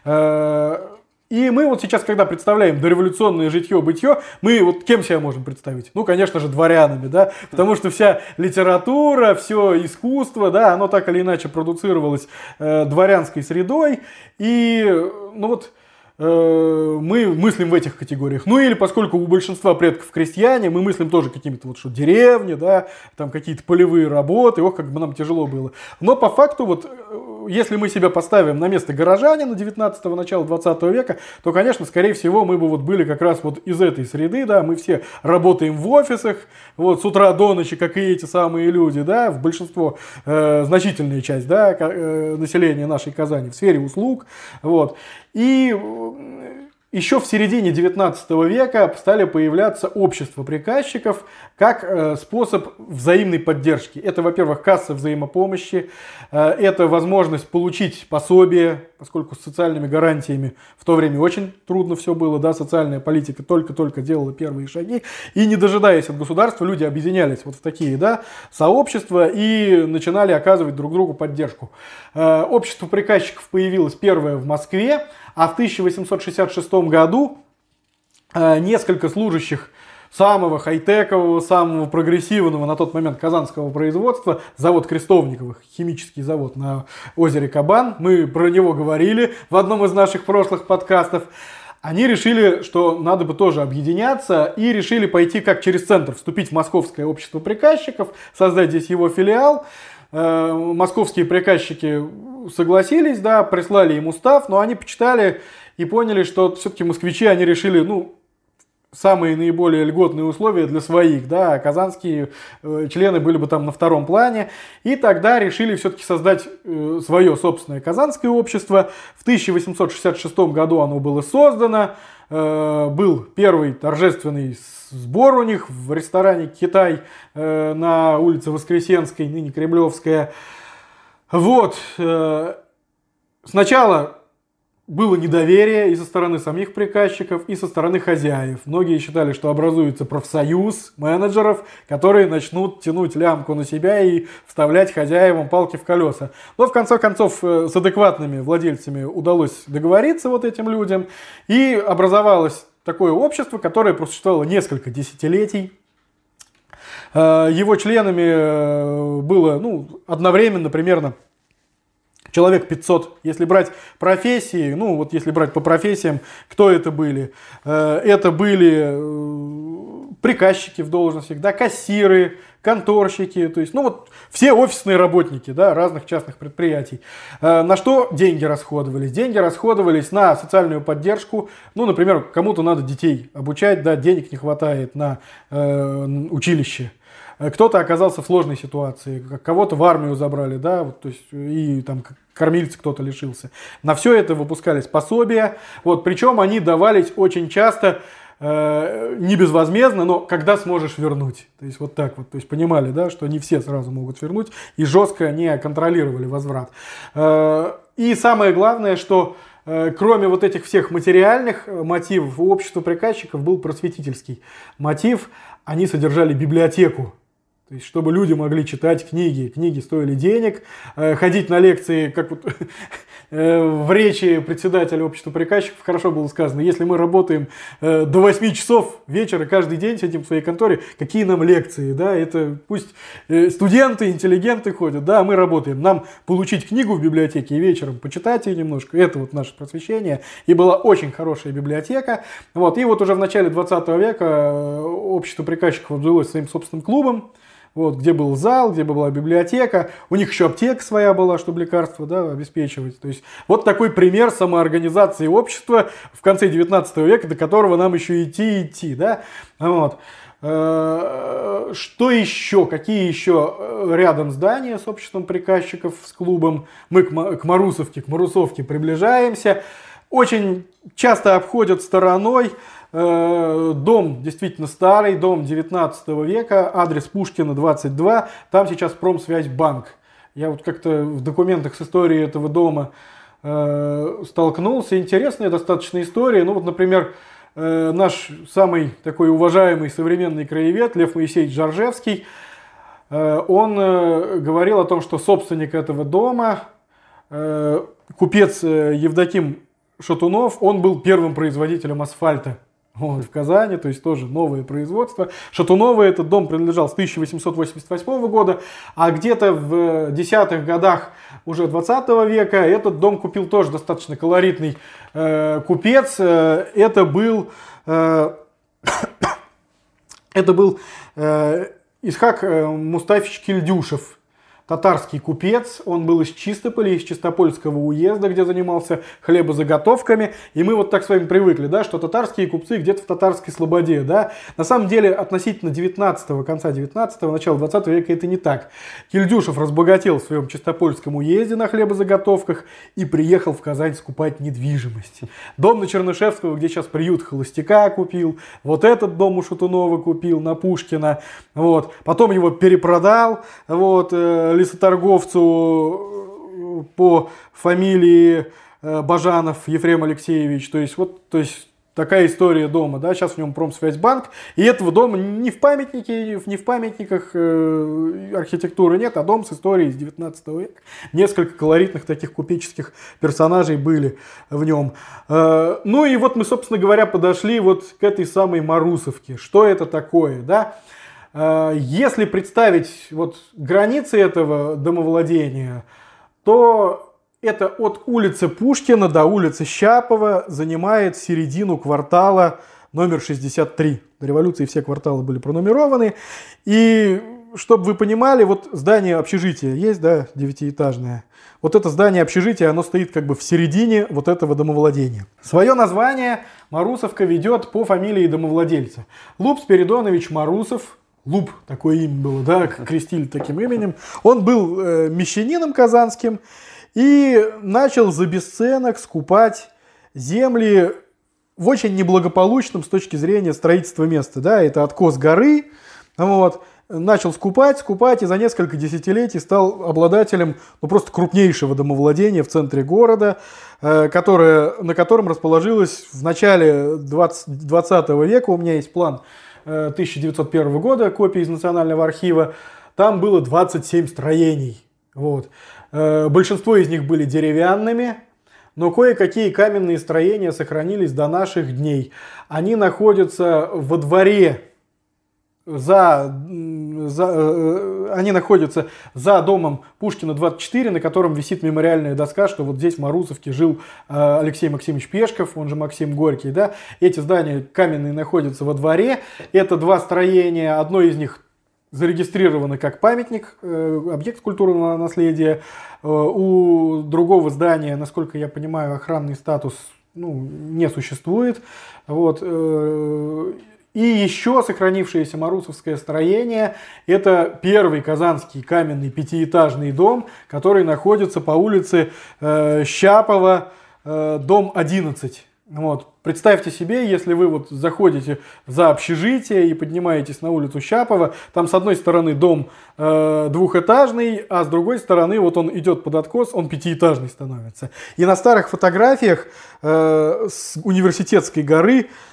И мы вот сейчас, когда представляем дореволюционное житье-бытье, мы вот кем себя можем представить? Ну, конечно же, дворянами, да, потому что вся литература, все искусство, да, оно так или иначе продуцировалось дворянской средой, и, ну вот, мы мыслим в этих категориях. Ну или поскольку у большинства предков крестьяне, мы мыслим тоже какими-то вот что деревни, да, там какие-то полевые работы, ох, как бы нам тяжело было. Но по факту вот, если мы себя поставим на место горожанина 19-го, начала 20 века, то, конечно, скорее всего, мы бы вот были как раз вот из этой среды, да, мы все работаем в офисах, вот с утра до ночи, как и эти самые люди, да, в большинство, значительная часть, да, населения нашей Казани в сфере услуг, вот. И еще в середине 19 века стали появляться общества приказчиков как способ взаимной поддержки. Это, во-первых, касса взаимопомощи, это возможность получить пособие, поскольку с социальными гарантиями в то время очень трудно все было, да, социальная политика только-только делала первые шаги, и не дожидаясь от государства, люди объединялись вот в такие, да, сообщества и начинали оказывать друг другу поддержку. Общество приказчиков появилось первое в Москве, а в 1866 году несколько служащих самого хай-текового, самого прогрессивного на тот момент казанского производства, завод Крестовниковых, химический завод на озере Кабан, мы про него говорили в одном из наших прошлых подкастов, они решили, что надо бы тоже объединяться, и решили пойти как через центр, вступить в Московское общество приказчиков, создать здесь его филиал. Московские приказчики согласились, да, прислали им устав, но они почитали и поняли, что все-таки москвичи, они решили, ну, самые наиболее льготные условия для своих, да, а казанские члены были бы там на втором плане, и тогда решили все-таки создать свое собственное казанское общество. В 1866 году оно было создано, был первый торжественный сбор у них в ресторане «Китай» на улице Воскресенской, ныне Кремлевская. Вот. Сначала было недоверие и со стороны самих приказчиков, и со стороны хозяев. Многие считали, что образуется профсоюз менеджеров, которые начнут тянуть лямку на себя и вставлять хозяевам палки в колеса. Но в конце концов с адекватными владельцами удалось договориться вот этим людям, и образовалось такое общество, которое просуществовало несколько десятилетий. Его членами было, ну, одновременно примерно человек 500. Если брать профессии, ну вот если брать по профессиям, кто это были? Это были приказчики в должностях, да, кассиры, конторщики, то есть, ну вот все офисные работники, да, разных частных предприятий. На что деньги расходовались? Деньги расходовались на социальную поддержку. Ну, например, кому-то надо детей обучать, да, денег не хватает на училище. Кто-то оказался в сложной ситуации, кого-то в армию забрали, да, вот, то есть, и там кормильца кто-то лишился. На все это выпускались пособия, вот, причем они давались очень часто не безвозмездно, но когда сможешь вернуть. То есть вот так вот, то есть понимали, да, что не все сразу могут вернуть, и жестко не контролировали возврат. И самое главное, что кроме вот этих всех материальных мотивов, у общества приказчиков был просветительский мотив, они содержали библиотеку. То есть, чтобы люди могли читать книги. Книги стоили денег. Ходить на лекции, как вот в речи председателя общества приказчиков хорошо было сказано. Если мы работаем до 8 часов вечера каждый день, сидим в своей конторе, какие нам лекции? Да? Это пусть студенты, интеллигенты ходят, да, мы работаем. Нам получить книгу в библиотеке и вечером почитать ее немножко. Это вот наше просвещение. И была очень хорошая библиотека. Вот. И вот уже в начале 20 века общество приказчиков обзавелось своим собственным клубом. Вот, где был зал, где была библиотека. У них еще аптека своя была, чтобы лекарства, да, обеспечивать. То есть вот такой пример самоорганизации общества в конце 19 века, до которого нам еще идти. Да? Вот. Что еще? Какие еще рядом здания с обществом приказчиков, с клубом? Мы к Марусовке приближаемся. Очень часто обходят стороной. Дом действительно старый, дом 19 века, адрес Пушкина, 22, там сейчас Промсвязьбанк. Я вот как-то в документах с историей этого дома столкнулся. Интересная достаточно история. Ну вот, например, наш самый такой уважаемый современный краевед Лев Моисеевич Жоржевский, он говорил о том, что собственник этого дома, купец Евдоким Шатунов, он был первым производителем асфальта. Вот, в Казани, то есть тоже новое производство. Шатунову этот дом принадлежал с 1888 года, а где-то в 10-х годах уже 20 века этот дом купил тоже достаточно колоритный купец. Это был Исхак Мустафич Кильдюшев. Татарский купец, он был из Чистополя, из Чистопольского уезда, где занимался хлебозаготовками. И мы вот так с вами привыкли, да, что татарские купцы где-то в татарской слободе. Да. На самом деле, относительно конца 19-го, начала 20 века это не так. Кильдюшев разбогател в своем Чистопольском уезде на хлебозаготовках и приехал в Казань скупать недвижимость. Дом на Чернышевского, где сейчас приют холостяка, купил. Вот этот дом у Шатунова купил на Пушкина. Вот. Потом его перепродал. Вот, лесоторговцу по фамилии Бажанов Ефрем Алексеевич. То есть такая история дома. Да? Сейчас в нем Промсвязьбанк. И этого дома ни в памятниках архитектуры нет, а дом с историей из 19 века. Несколько колоритных таких купеческих персонажей были в нем. Ну и вот мы, собственно говоря, подошли вот к этой самой Марусовке. Что это такое? Да? Если представить вот границы этого домовладения, то это от улицы Пушкина до улицы Щапова занимает середину квартала номер 63. До революции все кварталы были пронумерованы. И чтобы вы понимали, вот здание общежития есть, да, 9-этажное. Вот это здание общежития, оно стоит как бы в середине вот этого домовладения. Свое название Марусовка ведет по фамилии домовладельца. Луп Спиридонович Марусов. Луп, такое имя было, да, крестили таким именем. Он был мещанином казанским и начал за бесценок скупать земли в очень неблагополучном с точки зрения строительства места. Да, это откос горы. Вот. Начал скупать, и за несколько десятилетий стал обладателем просто крупнейшего домовладения в центре города, на котором расположилось в начале 20 века. У меня есть план 1901 года, копия из Национального архива. Там было 27 строений. Вот. Большинство из них были деревянными, но кое-какие каменные строения сохранились до наших дней. Они находятся во дворе, они находятся за домом Пушкина 24, на котором висит мемориальная доска, что вот здесь в Марусовке жил Алексей Максимович Пешков, он же Максим Горький. Да? Эти здания каменные находятся во дворе. Это два строения, одно из них зарегистрировано как памятник, объект культурного наследия. У другого здания, насколько я понимаю, охранный статус не существует. Вот. И еще сохранившееся марусовское строение – это первый казанский каменный пятиэтажный дом, который находится по улице Щапова, дом 11. Вот. Представьте себе, если вы вот заходите за общежитие и поднимаетесь на улицу Щапова, там с одной стороны дом двухэтажный, а с другой стороны вот он идет под откос, он пятиэтажный становится. И на старых фотографиях с Университетской горы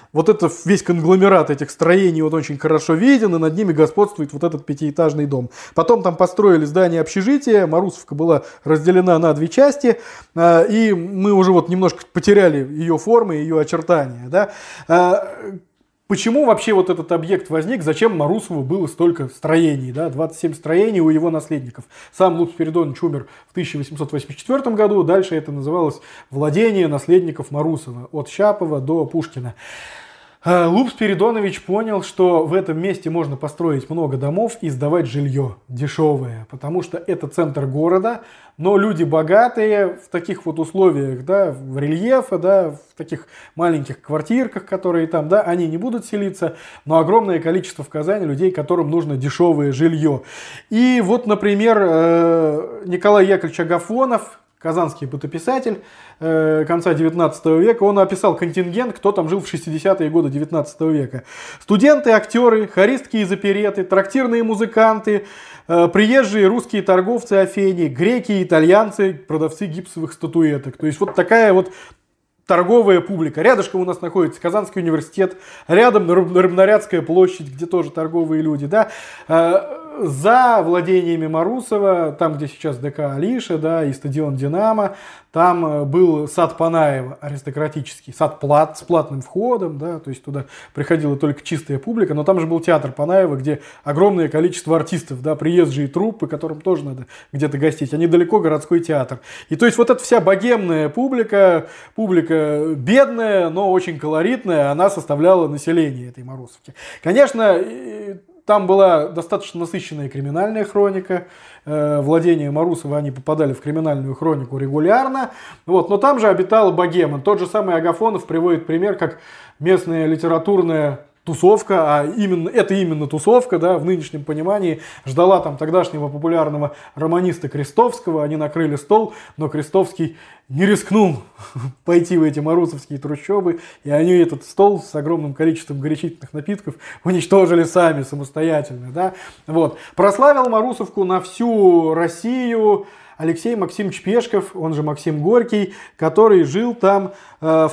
Вот это весь конгломерат этих строений вот очень хорошо виден, и над ними господствует вот этот пятиэтажный дом. Потом там построили здание общежития, Марусовка была разделена на две части, и мы уже вот немножко потеряли ее формы, ее очертания. Да? Почему вообще вот этот объект возник? Зачем Марусову было столько строений? Да? 27 строений у его наследников. Сам Луп Спиридонович умер в 1884 году. Дальше это называлось владение наследников Марусова. От Щапова до Пушкина. Луп Спиридонович понял, что в этом месте можно построить много домов и сдавать жилье дешевое, потому что это центр города, но люди богатые в таких вот условиях, да, в рельефа, да, в таких маленьких квартирках, которые там, да, они не будут селиться, но огромное количество в Казани людей, которым нужно дешевое жилье. И вот, например, Николай Яковлевич Агафонов, казанский бытописатель конца 19 века, он описал контингент, кто там жил в 60-е годы 19 века. Студенты, актеры, хористки из опереты, трактирные музыканты, приезжие русские торговцы Афени, греки, итальянцы, продавцы гипсовых статуэток. То есть вот такая вот торговая публика. Рядышком у нас находится Казанский университет, рядом Рыбнарядская площадь, где тоже торговые люди. Да. За владениями Марусова, там, где сейчас ДК Алиша, да, и стадион Динамо, там был сад Панаева, аристократический, сад с платным входом, да, то есть туда приходила только чистая публика, но там же был театр Панаева, где огромное количество артистов, да, приезжие труппы, которым тоже надо где-то гостить, а недалеко городской театр. И то есть вот эта вся богемная публика бедная, но очень колоритная, она составляла население этой Марусовки. Конечно, там была достаточно насыщенная криминальная хроника. Владения Марусова, они попадали в криминальную хронику регулярно. Вот. Но там же обитала богема. Тот же самый Агафонов приводит пример, как местная литературная тусовка, а именно тусовка, да, в нынешнем понимании, ждала там тогдашнего популярного романиста Крестовского, они накрыли стол, но Крестовский не рискнул пойти в эти марусовские трущобы, и они этот стол с огромным количеством горячительных напитков уничтожили сами, самостоятельно. Да? Вот. Прославил Марусовку на всю Россию Алексей Максимович Пешков, он же Максим Горький, который жил там в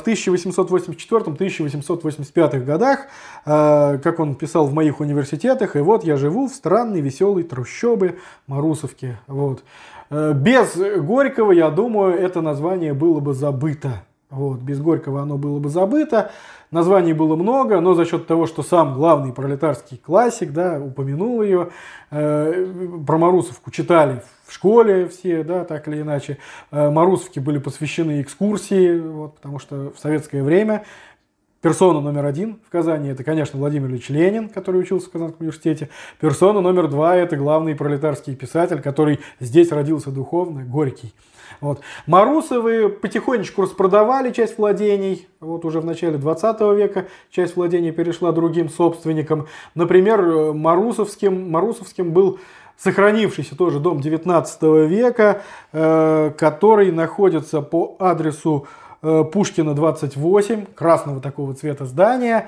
1884-1885 годах, как он писал в моих университетах, и вот я живу в странной веселой трущобе Марусовки. Вот. Без Горького, я думаю, это название было бы забыто. Вот. Без Горького оно было бы забыто. Названий было много, но за счет того, что сам главный пролетарский классик, да, упомянул ее, про Марусовку читали в школе все, да, так или иначе. Марусовке были посвящены экскурсии, вот, потому что в советское время персона номер один в Казани — это, конечно, Владимир Ильич Ленин, который учился в Казанском университете. Персона номер два — это главный пролетарский писатель, который здесь родился духовно, Горький. Вот. Марусовы потихонечку распродавали часть владений. Вот уже в начале 20 века часть владений перешла другим собственникам. Например, Марусовским был сохранившийся тоже дом 19 века, который находится по адресу Пушкина, 28, красного такого цвета здания.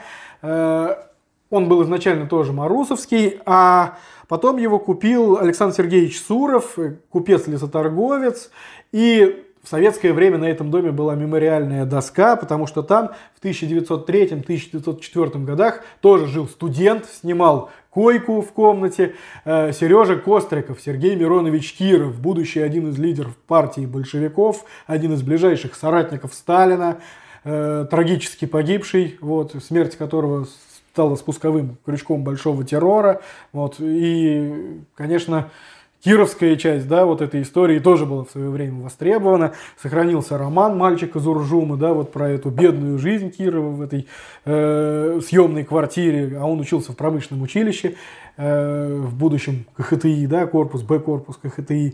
Он был изначально тоже марусовский, а потом его купил Александр Сергеевич Суров, купец-лесоторговец. И в советское время на этом доме была мемориальная доска, потому что там в 1903-1904 годах тоже жил студент, снимал койку в комнате, Сережа Костриков, Сергей Миронович Киров, будущий один из лидеров партии большевиков, один из ближайших соратников Сталина, трагически погибший, вот, смерть которого стала спусковым крючком большого террора. Вот, и, конечно, кировская часть, да, вот этой истории тоже была в свое время востребована. Сохранился роман «Мальчик из Уржума», да, вот про эту бедную жизнь Кирова в этой съемной квартире. А он учился в промышленном училище, в будущем КХТИ, да, корпус КХТИ.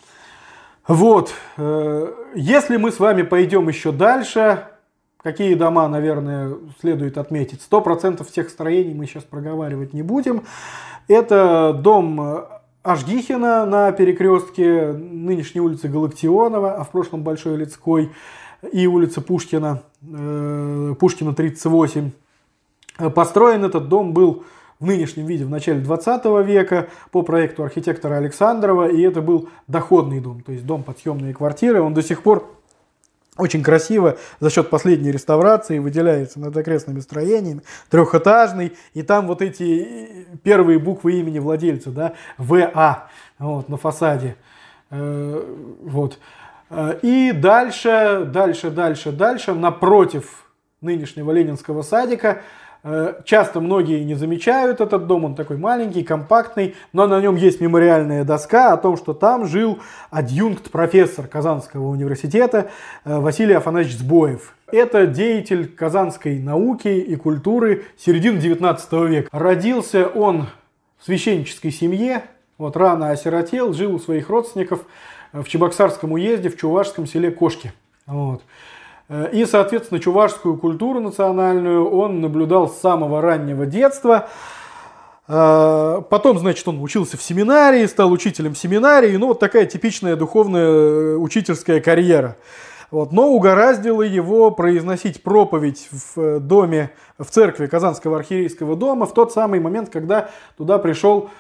Вот. Если мы с вами пойдем еще дальше, какие дома, наверное, следует отметить? 100% всех строений мы сейчас проговаривать не будем. Это дом Ашгихина на перекрестке нынешней улицы Галактионова, а в прошлом Большой Лицкой, и улица Пушкина, Пушкина 38. Построен этот дом был в нынешнем виде в начале 20 века по проекту архитектора Александрова, и это был доходный дом, то есть дом под съемные квартиры. Он до сих пор Очень красиво за счет последней реставрации выделяется над окрестными строениями, трехэтажный, и там вот эти первые буквы имени владельца, да, ВА, вот, на фасаде. Вот. И дальше, напротив нынешнего Ленинского садика, часто многие не замечают этот дом, он такой маленький, компактный, но на нем есть мемориальная доска о том, что там жил адъюнкт-профессор Казанского университета Василий Афанасьевич Сбоев. Это деятель казанской науки и культуры середины 19 века. Родился он в священнической семье, вот, рано осиротел, жил у своих родственников в Чебоксарском уезде, в чувашском селе Кошки. Вот. И, соответственно, чувашскую культуру национальную он наблюдал с самого раннего детства. Потом, значит, он учился в семинарии, стал учителем семинарии. Ну, вот такая типичная духовная учительская карьера. Вот. Но угораздило его произносить проповедь в доме, в церкви Казанского архиерейского дома в тот самый момент, когда туда пришел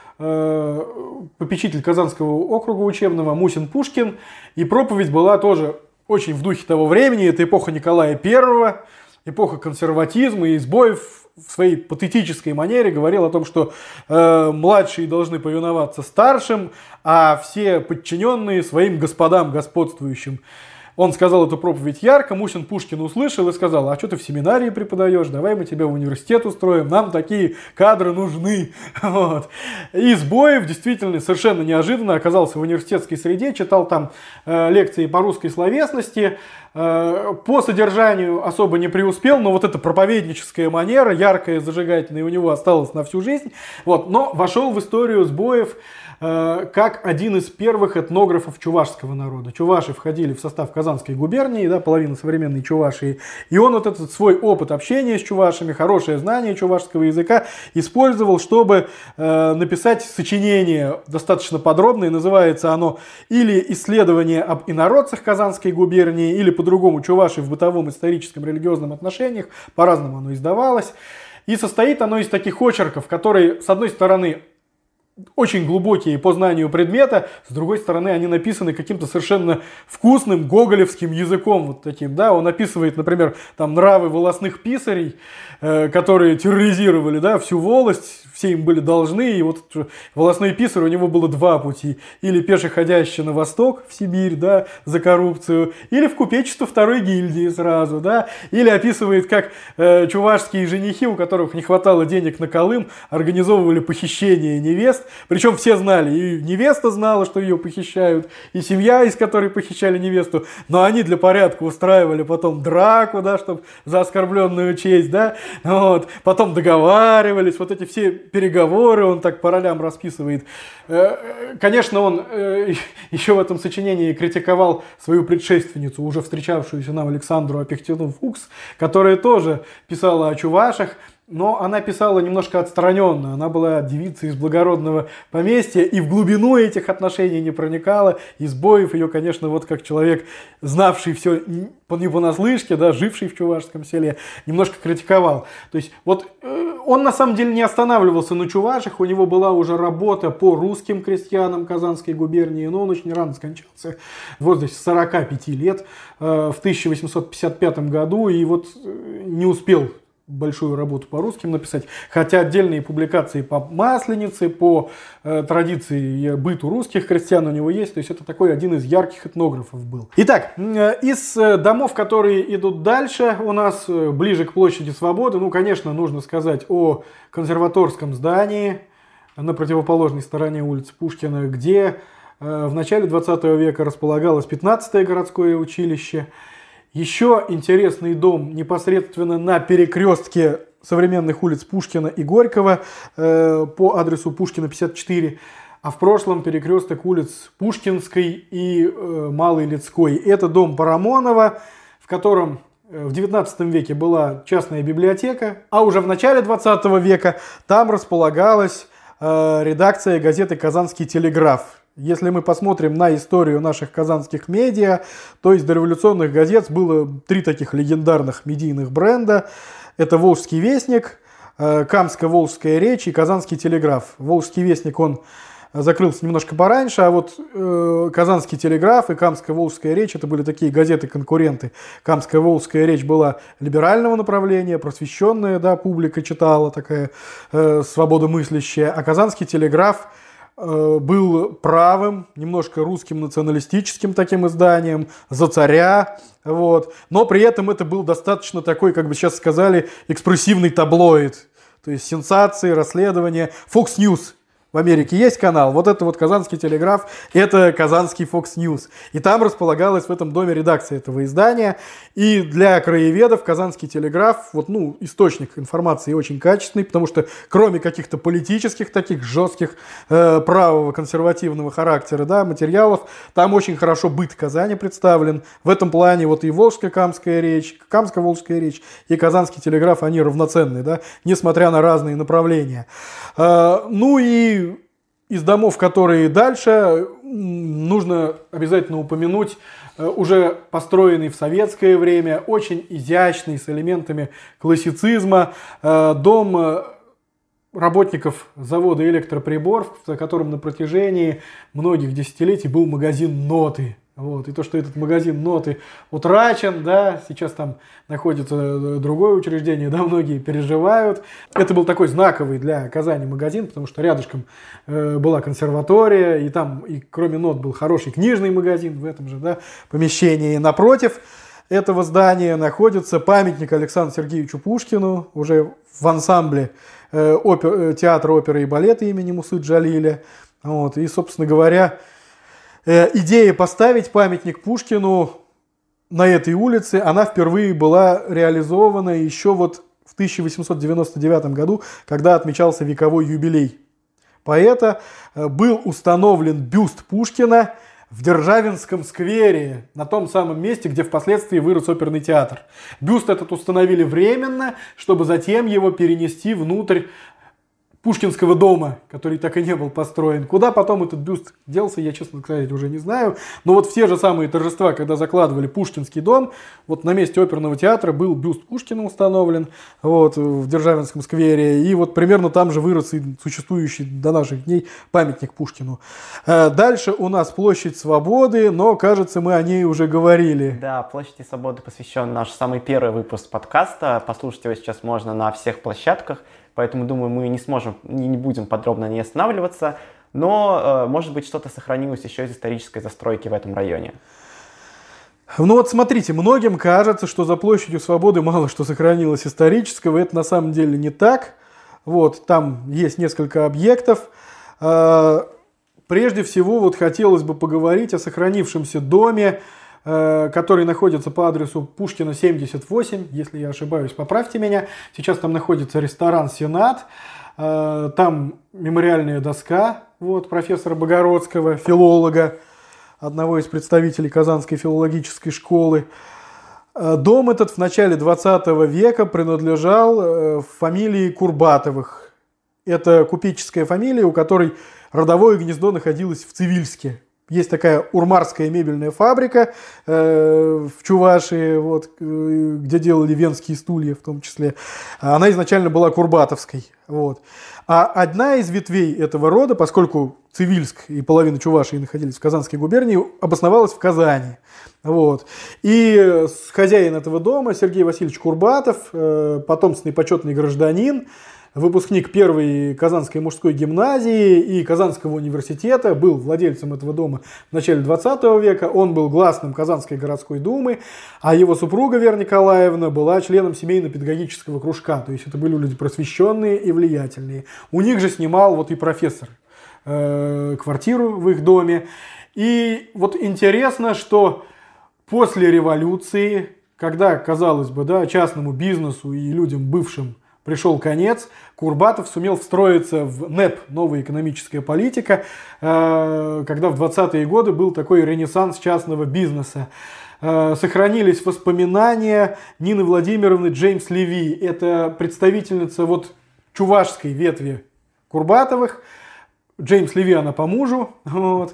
попечитель Казанского округа учебного Мусин Пушкин. И проповедь была тоже очень в духе того времени. Это эпоха Николая I, эпоха консерватизма. И Сбоев в своей патетической манере говорил о том, что младшие должны повиноваться старшим, а все подчиненные своим господам господствующим. Он сказал эту проповедь ярко, Мусин Пушкин услышал и сказал: а что ты в семинарии преподаешь, давай мы тебя в университет устроим, нам такие кадры нужны. Вот. И Сбоев действительно совершенно неожиданно оказался в университетской среде, читал там лекции по русской словесности, по содержанию особо не преуспел, но вот эта проповедническая манера, яркая, зажигательная, у него осталась на всю жизнь. Вот. Но вошел в историю Сбоев как один из первых этнографов чувашского народа. Чуваши входили в состав Казанской губернии, да, половина современной Чувашии. И он вот этот свой опыт общения с чувашами, хорошее знание чувашского языка использовал, чтобы написать сочинение достаточно подробное. Называется оно или «Исследование об инородцах Казанской губернии», или по-другому «Чуваши в бытовом, историческом, религиозном отношениях». По-разному оно издавалось. И состоит оно из таких очерков, которые, с одной стороны, очень глубокие по знанию предмета, с другой стороны, они написаны каким-то совершенно вкусным гоголевским языком, вот таким, да, он описывает, например, там нравы волостных писарей, которые терроризировали, да, всю волость, все им были должны, и вот волосной писарь, у него было два пути: или пешеходящий на восток, в Сибирь, да, за коррупцию, или в купечество второй гильдии сразу, да, или описывает, как чувашские женихи, у которых не хватало денег на Колым, организовывали похищение невест, причем все знали, и невеста знала, что ее похищают, и семья, из которой похищали невесту, но они для порядка устраивали потом драку, да, чтобы за оскорбленную честь, да, вот, потом договаривались, вот эти все переговоры он так по ролям расписывает. Конечно, он еще в этом сочинении критиковал свою предшественницу, уже встречавшуюся нам Александру Апехтину-Фукс, которая тоже писала о чувашах, но она писала немножко отстраненно. Она была девицей из благородного поместья и в глубину этих отношений не проникала. И Сбоев ее, конечно, вот как человек, знавший все не понаслышке, да, живший в чувашском селе, немножко критиковал. То есть вот он на самом деле не останавливался на чувашах, у него была уже работа по русским крестьянам Казанской губернии, но он очень рано скончался в возрасте 45 лет в 1855 году и вот не успел большую работу по русским написать, хотя отдельные публикации по Масленице, по традиции и быту русских крестьян у него есть, то есть это такой один из ярких этнографов был. Итак, из домов, которые идут дальше у нас, ближе к площади Свободы, ну, конечно, нужно сказать о консерваторском здании на противоположной стороне улицы Пушкина, где в начале 20 века располагалось 15-е городское училище. Еще интересный дом непосредственно на перекрестке современных улиц Пушкина и Горького по адресу Пушкина 54, а в прошлом перекресток улиц Пушкинской и Малой Литской. Это дом Парамонова, в котором в 19 веке была частная библиотека, а уже в начале 20 века там располагалась редакция газеты «Казанский телеграф». Если мы посмотрим на историю наших казанских медиа, то из дореволюционных газет было три таких легендарных медийных бренда. Это «Волжский вестник», «Камско-Волжская речь» и «Казанский телеграф». «Волжский вестник» он закрылся немножко пораньше, а вот «Казанский телеграф» и «Камская Волжская речь» это были такие газеты-конкуренты. «Камская Волжская речь» была либерального направления, просвещенная, да, публика читала, такая свободомыслящая, а «Казанский телеграф» был правым, немножко русским националистическим таким изданием, за царя, вот. Но при этом это был достаточно такой, как бы сейчас сказали, экспрессивный таблоид. То есть сенсации, расследования. Fox News. В Америке есть канал, вот это вот «Казанский телеграф», это «Казанский Fox News». И там располагалась в этом доме редакция этого издания. И для краеведов «Казанский телеграф», вот, ну, источник информации очень качественный, потому что кроме каких-то политических, таких жестких, правого, консервативного характера, да, материалов, там очень хорошо быт Казани представлен. В этом плане вот и Волжская Камская речь, Камская Волжская речь и «Казанский телеграф», они равноценны, да, несмотря на разные направления. Ну и из домов, которые дальше, нужно обязательно упомянуть уже построенный в советское время, очень изящный, с элементами классицизма, дом работников завода электроприборов, в котором на протяжении многих десятилетий был магазин «Ноты». Вот. И то, что этот магазин «Ноты» утрачен, да, сейчас там находится другое учреждение, да, многие переживают. Это был такой знаковый для Казани магазин, потому что рядышком была консерватория, и там, и кроме «Нот», был хороший книжный магазин в этом же, да, помещении. И напротив этого здания находится памятник Александру Сергеевичу Пушкину, уже в ансамбле театра оперы и балета имени Мусы Джалиля. Вот. И, собственно говоря, идея поставить памятник Пушкину на этой улице, она впервые была реализована еще вот в 1899 году, когда отмечался вековой юбилей поэта. Был установлен бюст Пушкина в Державинском сквере, на том самом месте, где впоследствии вырос оперный театр. Бюст этот установили временно, чтобы затем его перенести внутрь Пушкинского дома, который так и не был построен. Куда потом этот бюст делся, я, честно сказать, уже не знаю. Но вот все же самые торжества, когда закладывали Пушкинский дом, вот на месте оперного театра был бюст Пушкина установлен, вот, в Державинском сквере. И вот примерно там же вырос и существующий до наших дней памятник Пушкину. Дальше у нас площадь Свободы, но, кажется, мы о ней уже говорили. Да, площади Свободы посвящен наш самый первый выпуск подкаста. Послушать его сейчас можно на всех площадках. Поэтому, думаю, мы не сможем, не будем подробно не останавливаться, но, может быть, что-то сохранилось еще из исторической застройки в этом районе. Ну вот смотрите, многим кажется, что за площадью Свободы мало что сохранилось исторического, это на самом деле не так. Вот, там есть несколько объектов. Прежде всего, вот хотелось бы поговорить о сохранившемся доме, который находится по адресу Пушкина, 78, если я ошибаюсь, поправьте меня. Сейчас там находится ресторан «Сенат», там мемориальная доска вот, профессора Богородского, филолога, одного из представителей Казанской филологической школы. Дом этот в начале 20 века принадлежал фамилии Курбатовых. Это купеческая фамилия, у которой родовое гнездо находилось в Цивильске. Есть такая урмарская мебельная фабрика в Чувашии, вот, где делали венские стулья в том числе. Она изначально была курбатовской. Вот. А одна из ветвей этого рода, поскольку Цивильск и половина Чувашии находились в Казанской губернии, обосновалась в Казани. Вот. И хозяин этого дома Сергей Васильевич Курбатов, потомственный почетный гражданин, выпускник первой Казанской мужской гимназии и Казанского университета, был владельцем этого дома в начале 20 века. Он был гласным Казанской городской думы, а его супруга Вера Николаевна была членом семейно-педагогического кружка. То есть это были люди просвещенные и влиятельные. У них же снимал вот и профессор квартиру в их доме. И вот интересно, что после революции, когда, казалось бы, да, частному бизнесу и людям бывшим пришел конец, Курбатов сумел встроиться в НЭП, новая экономическая политика, когда в 20-е годы был такой ренессанс частного бизнеса. Сохранились воспоминания Нины Владимировны Джеймс Леви. Это представительница вот чувашской ветви Курбатовых. Джеймс Леви она по мужу. Вот.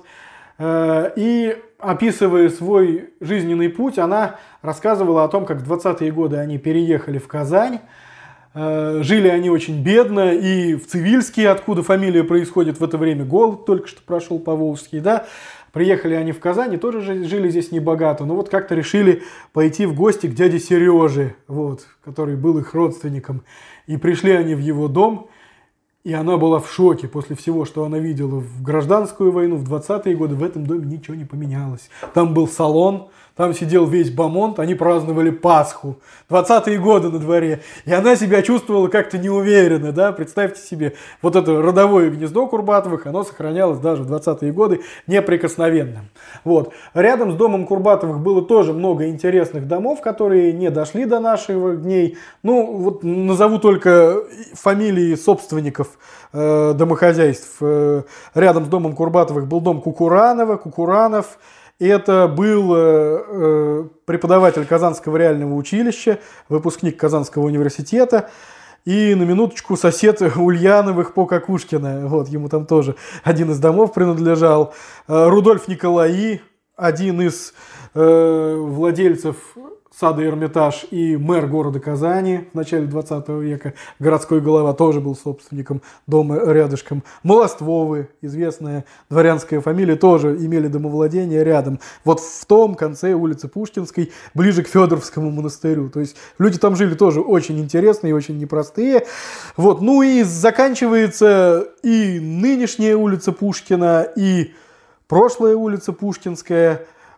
И описывая свой жизненный путь, она рассказывала о том, как в 20-е годы они переехали в Казань. Жили они очень бедно, и в Цивильске, откуда фамилия происходит, в это время голод только что прошел по-волжски, да. Приехали они в Казань и тоже жили здесь небогато, но вот как-то решили пойти в гости к дяде Сереже, вот, который был их родственником. И пришли они в его дом, и она была в шоке после всего, что она видела в гражданскую войну, в 20-е годы. В этом доме ничего не поменялось. Там был салон, там сидел весь бомонд, они праздновали Пасху. 20-е годы на дворе. И она себя чувствовала как-то неуверенно, да. Представьте себе, вот это родовое гнездо Курбатовых, оно сохранялось даже в 20-е годы неприкосновенным. Вот. Рядом с домом Курбатовых было тоже много интересных домов, которые не дошли до наших дней. Ну, вот назову только фамилии собственников домохозяйств. Рядом с домом Курбатовых был дом Кукуранов. Это был преподаватель Казанского реального училища, выпускник Казанского университета. И на минуточку сосед Ульяновых по Кокушкина. Вот, ему там тоже один из домов принадлежал. Рудольф Николаи, один из владельцев сада Эрмитаж и мэр города Казани в начале 20 века. Городской голова тоже был собственником дома рядышком. Молоствовы, известная дворянская фамилия, тоже имели домовладение рядом. Вот в том конце улицы Пушкинской, ближе к Федоровскому монастырю. То есть люди там жили тоже очень интересные и очень непростые. Вот. Ну и заканчивается и нынешняя улица Пушкина, и прошлая улица Пушкинская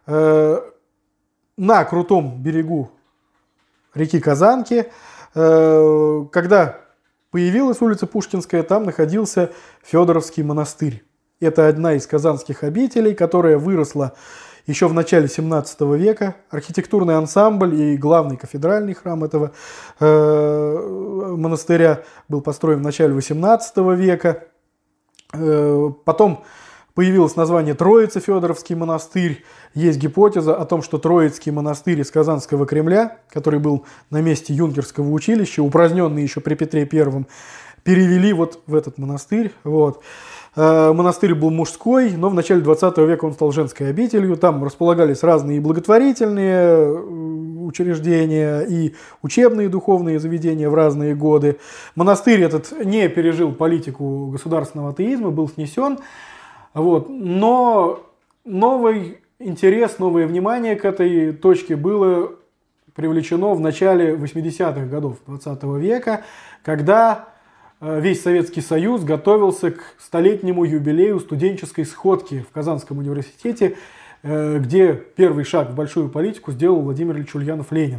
на крутом берегу реки Казанки. Когда появилась улица Пушкинская, там находился Федоровский монастырь. Это одна из казанских обителей, которая выросла еще в начале 17 века. Архитектурный ансамбль и главный кафедральный храм этого монастыря был построен в начале 18 века. Потом появилось название Троицы Федоровский монастырь. Есть гипотеза о том, что Троицкий монастырь из Казанского Кремля, который был на месте юнкерского училища, упраздненный еще при Петре I, перевели вот в этот монастырь. Вот. Монастырь был мужской, но в начале 20 века он стал женской обителью. Там располагались разные благотворительные учреждения и учебные духовные заведения в разные годы. Монастырь этот не пережил политику государственного атеизма, был снесен. Вот. Но новый интерес, новое внимание к этой точке было привлечено в начале 80-х годов 20 века, когда весь Советский Союз готовился к столетнему юбилею студенческой сходки в Казанском университете, где первый шаг в большую политику сделал Владимир Ильич Ульянов-Ленин.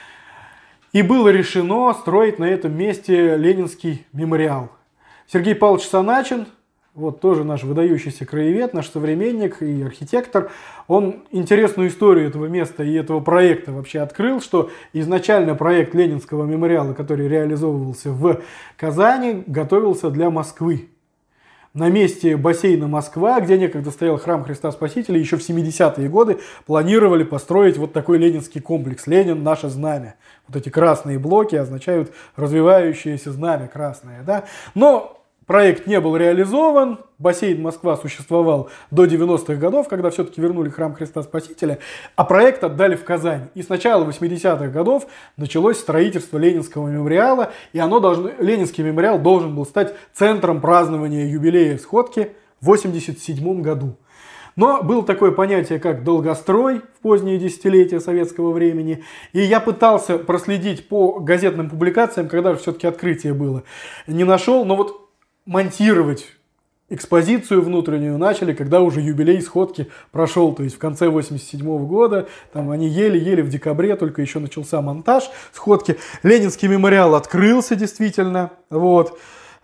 И было решено строить на этом месте Ленинский мемориал. Сергей Павлович Саначин, вот тоже наш выдающийся краевед, наш современник и архитектор, он интересную историю этого места и этого проекта вообще открыл, что изначально проект Ленинского мемориала, который реализовывался в Казани, готовился для Москвы. На месте бассейна Москва, где некогда стоял храм Христа Спасителя, еще в 70-е годы планировали построить вот такой ленинский комплекс. Ленин – наше знамя. Вот эти красные блоки означают развивающееся знамя красное. Да? Но проект не был реализован, бассейн Москва существовал до 90-х годов, когда все-таки вернули храм Христа Спасителя, а проект отдали в Казань. И с начала 80-х годов началось строительство Ленинского мемориала, и Ленинский мемориал должен был стать центром празднования юбилея сходки в 1987 году. Но было такое понятие, как долгострой в поздние десятилетия советского времени. И я пытался проследить по газетным публикациям, когда же все-таки открытие было. Не нашел, но вот монтировать экспозицию внутреннюю начали, когда уже юбилей сходки прошел, то есть в конце 1987 года. Там они еле-еле в декабре только еще начался монтаж сходки. Ленинский мемориал открылся действительно, вот.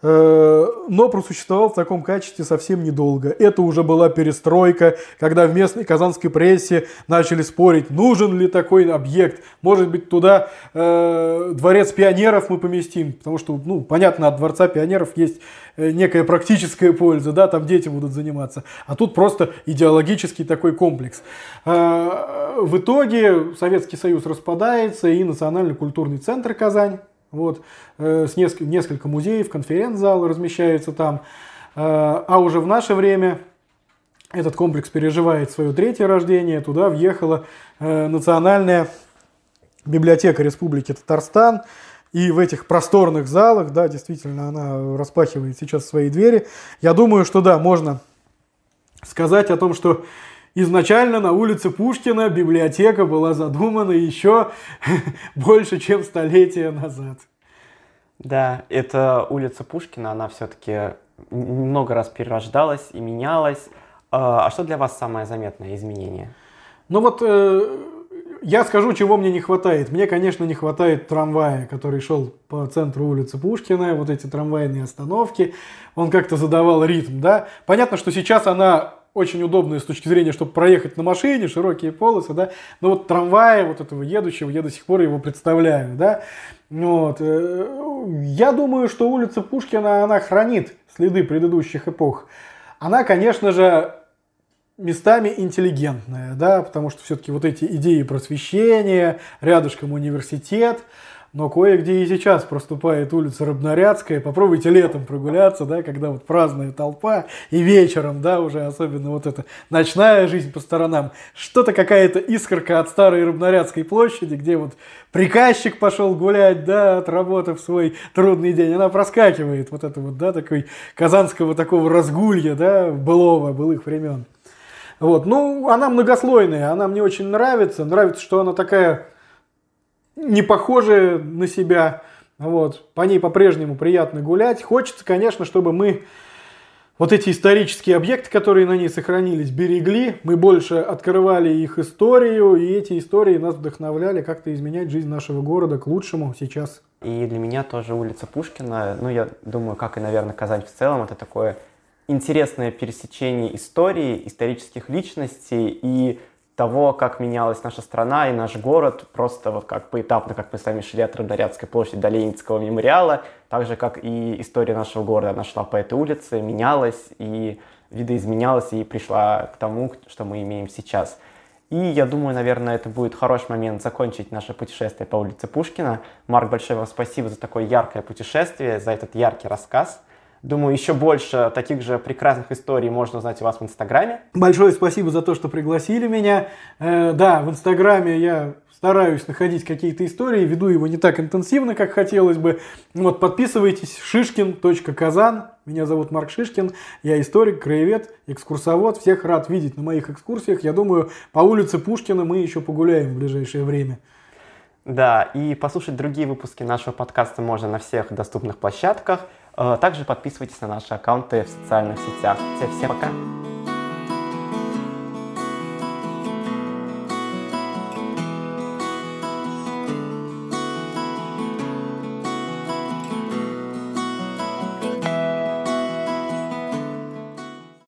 Но просуществовал в таком качестве совсем недолго. Это уже была перестройка, когда в местной казанской прессе начали спорить, нужен ли такой объект. Может быть, туда дворец пионеров мы поместим, потому что, ну, понятно, от дворца пионеров есть некая практическая польза, да, там дети будут заниматься. А тут просто идеологический такой комплекс. В итоге Советский Союз распадается, и Национальный культурный центр Казань, вот, несколько музеев, конференц-залы размещаются там. А уже в наше время этот комплекс переживает свое третье рождение. Туда въехала Национальная библиотека Республики Татарстан. и в этих просторных залах, да, действительно, она распахивает сейчас свои двери. Я думаю, что да, можно сказать о том, что изначально на улице Пушкина библиотека была задумана еще больше, чем столетия назад. Да, эта улица Пушкина, она все-таки много раз перерождалась и менялась. А что для вас самое заметное изменение? Ну вот я скажу, чего мне не хватает. Мне, конечно, не хватает трамвая, который шел по центру улицы Пушкина, вот эти трамвайные остановки. Он как-то задавал ритм, да. Понятно, что сейчас она очень удобная с точки зрения, чтобы проехать на машине, широкие полосы, да. Но вот трамвая вот этого едущего, я до сих пор его представляю, да. Вот. Я думаю, что улица Пушкина, она хранит следы предыдущих эпох. Она, конечно же, местами интеллигентная, да, потому что все-таки вот эти идеи просвещения, рядышком университет, но кое-где и сейчас проступает улица Рыбнарядская. Попробуйте летом прогуляться, да, когда вот праздная толпа, и вечером, да, уже особенно вот эта ночная жизнь по сторонам. Что-то какая-то искорка от старой Рыбнарядской площади, где вот приказчик пошел гулять, да, отработав свой трудный день. Она проскакивает, вот это вот, да, такой казанского такого разгулья, да, былых времен. Вот, ну, она многослойная, она мне очень нравится. Нравится, что она такая не похожая на себя. Вот, по ней по-прежнему приятно гулять. Хочется, конечно, чтобы мы вот эти исторические объекты, которые на ней сохранились, берегли. Мы больше открывали их историю, и эти истории нас вдохновляли как-то изменять жизнь нашего города к лучшему сейчас. И для меня тоже улица Пушкина, ну, я думаю, как и, наверное, Казань в целом, это такое интересное пересечение истории, исторических личностей и того, как менялась наша страна и наш город, просто вот как поэтапно, как мы с вами шли от Рыбнарядской площади до Ленинского мемориала, так же, как и история нашего города, она шла по этой улице, менялась и видоизменялась, и пришла к тому, что мы имеем сейчас. И я думаю, наверное, это будет хороший момент закончить наше путешествие по улице Пушкина. Марк, большое вам спасибо за такое яркое путешествие, за этот яркий рассказ. Думаю, еще больше таких же прекрасных историй можно узнать у вас в Инстаграме. Большое спасибо за то, что пригласили меня. Да, в Инстаграме я стараюсь находить какие-то истории, веду его не так интенсивно, как хотелось бы. Вот, подписывайтесь, шишкин.казан. Меня зовут Марк Шишкин, я историк, краевед, экскурсовод. Всех рад видеть на моих экскурсиях. Я думаю, по улице Пушкина мы еще погуляем в ближайшее время. Да, и послушать другие выпуски нашего подкаста можно на всех доступных площадках. Также подписывайтесь на наши аккаунты в социальных сетях. Всем пока!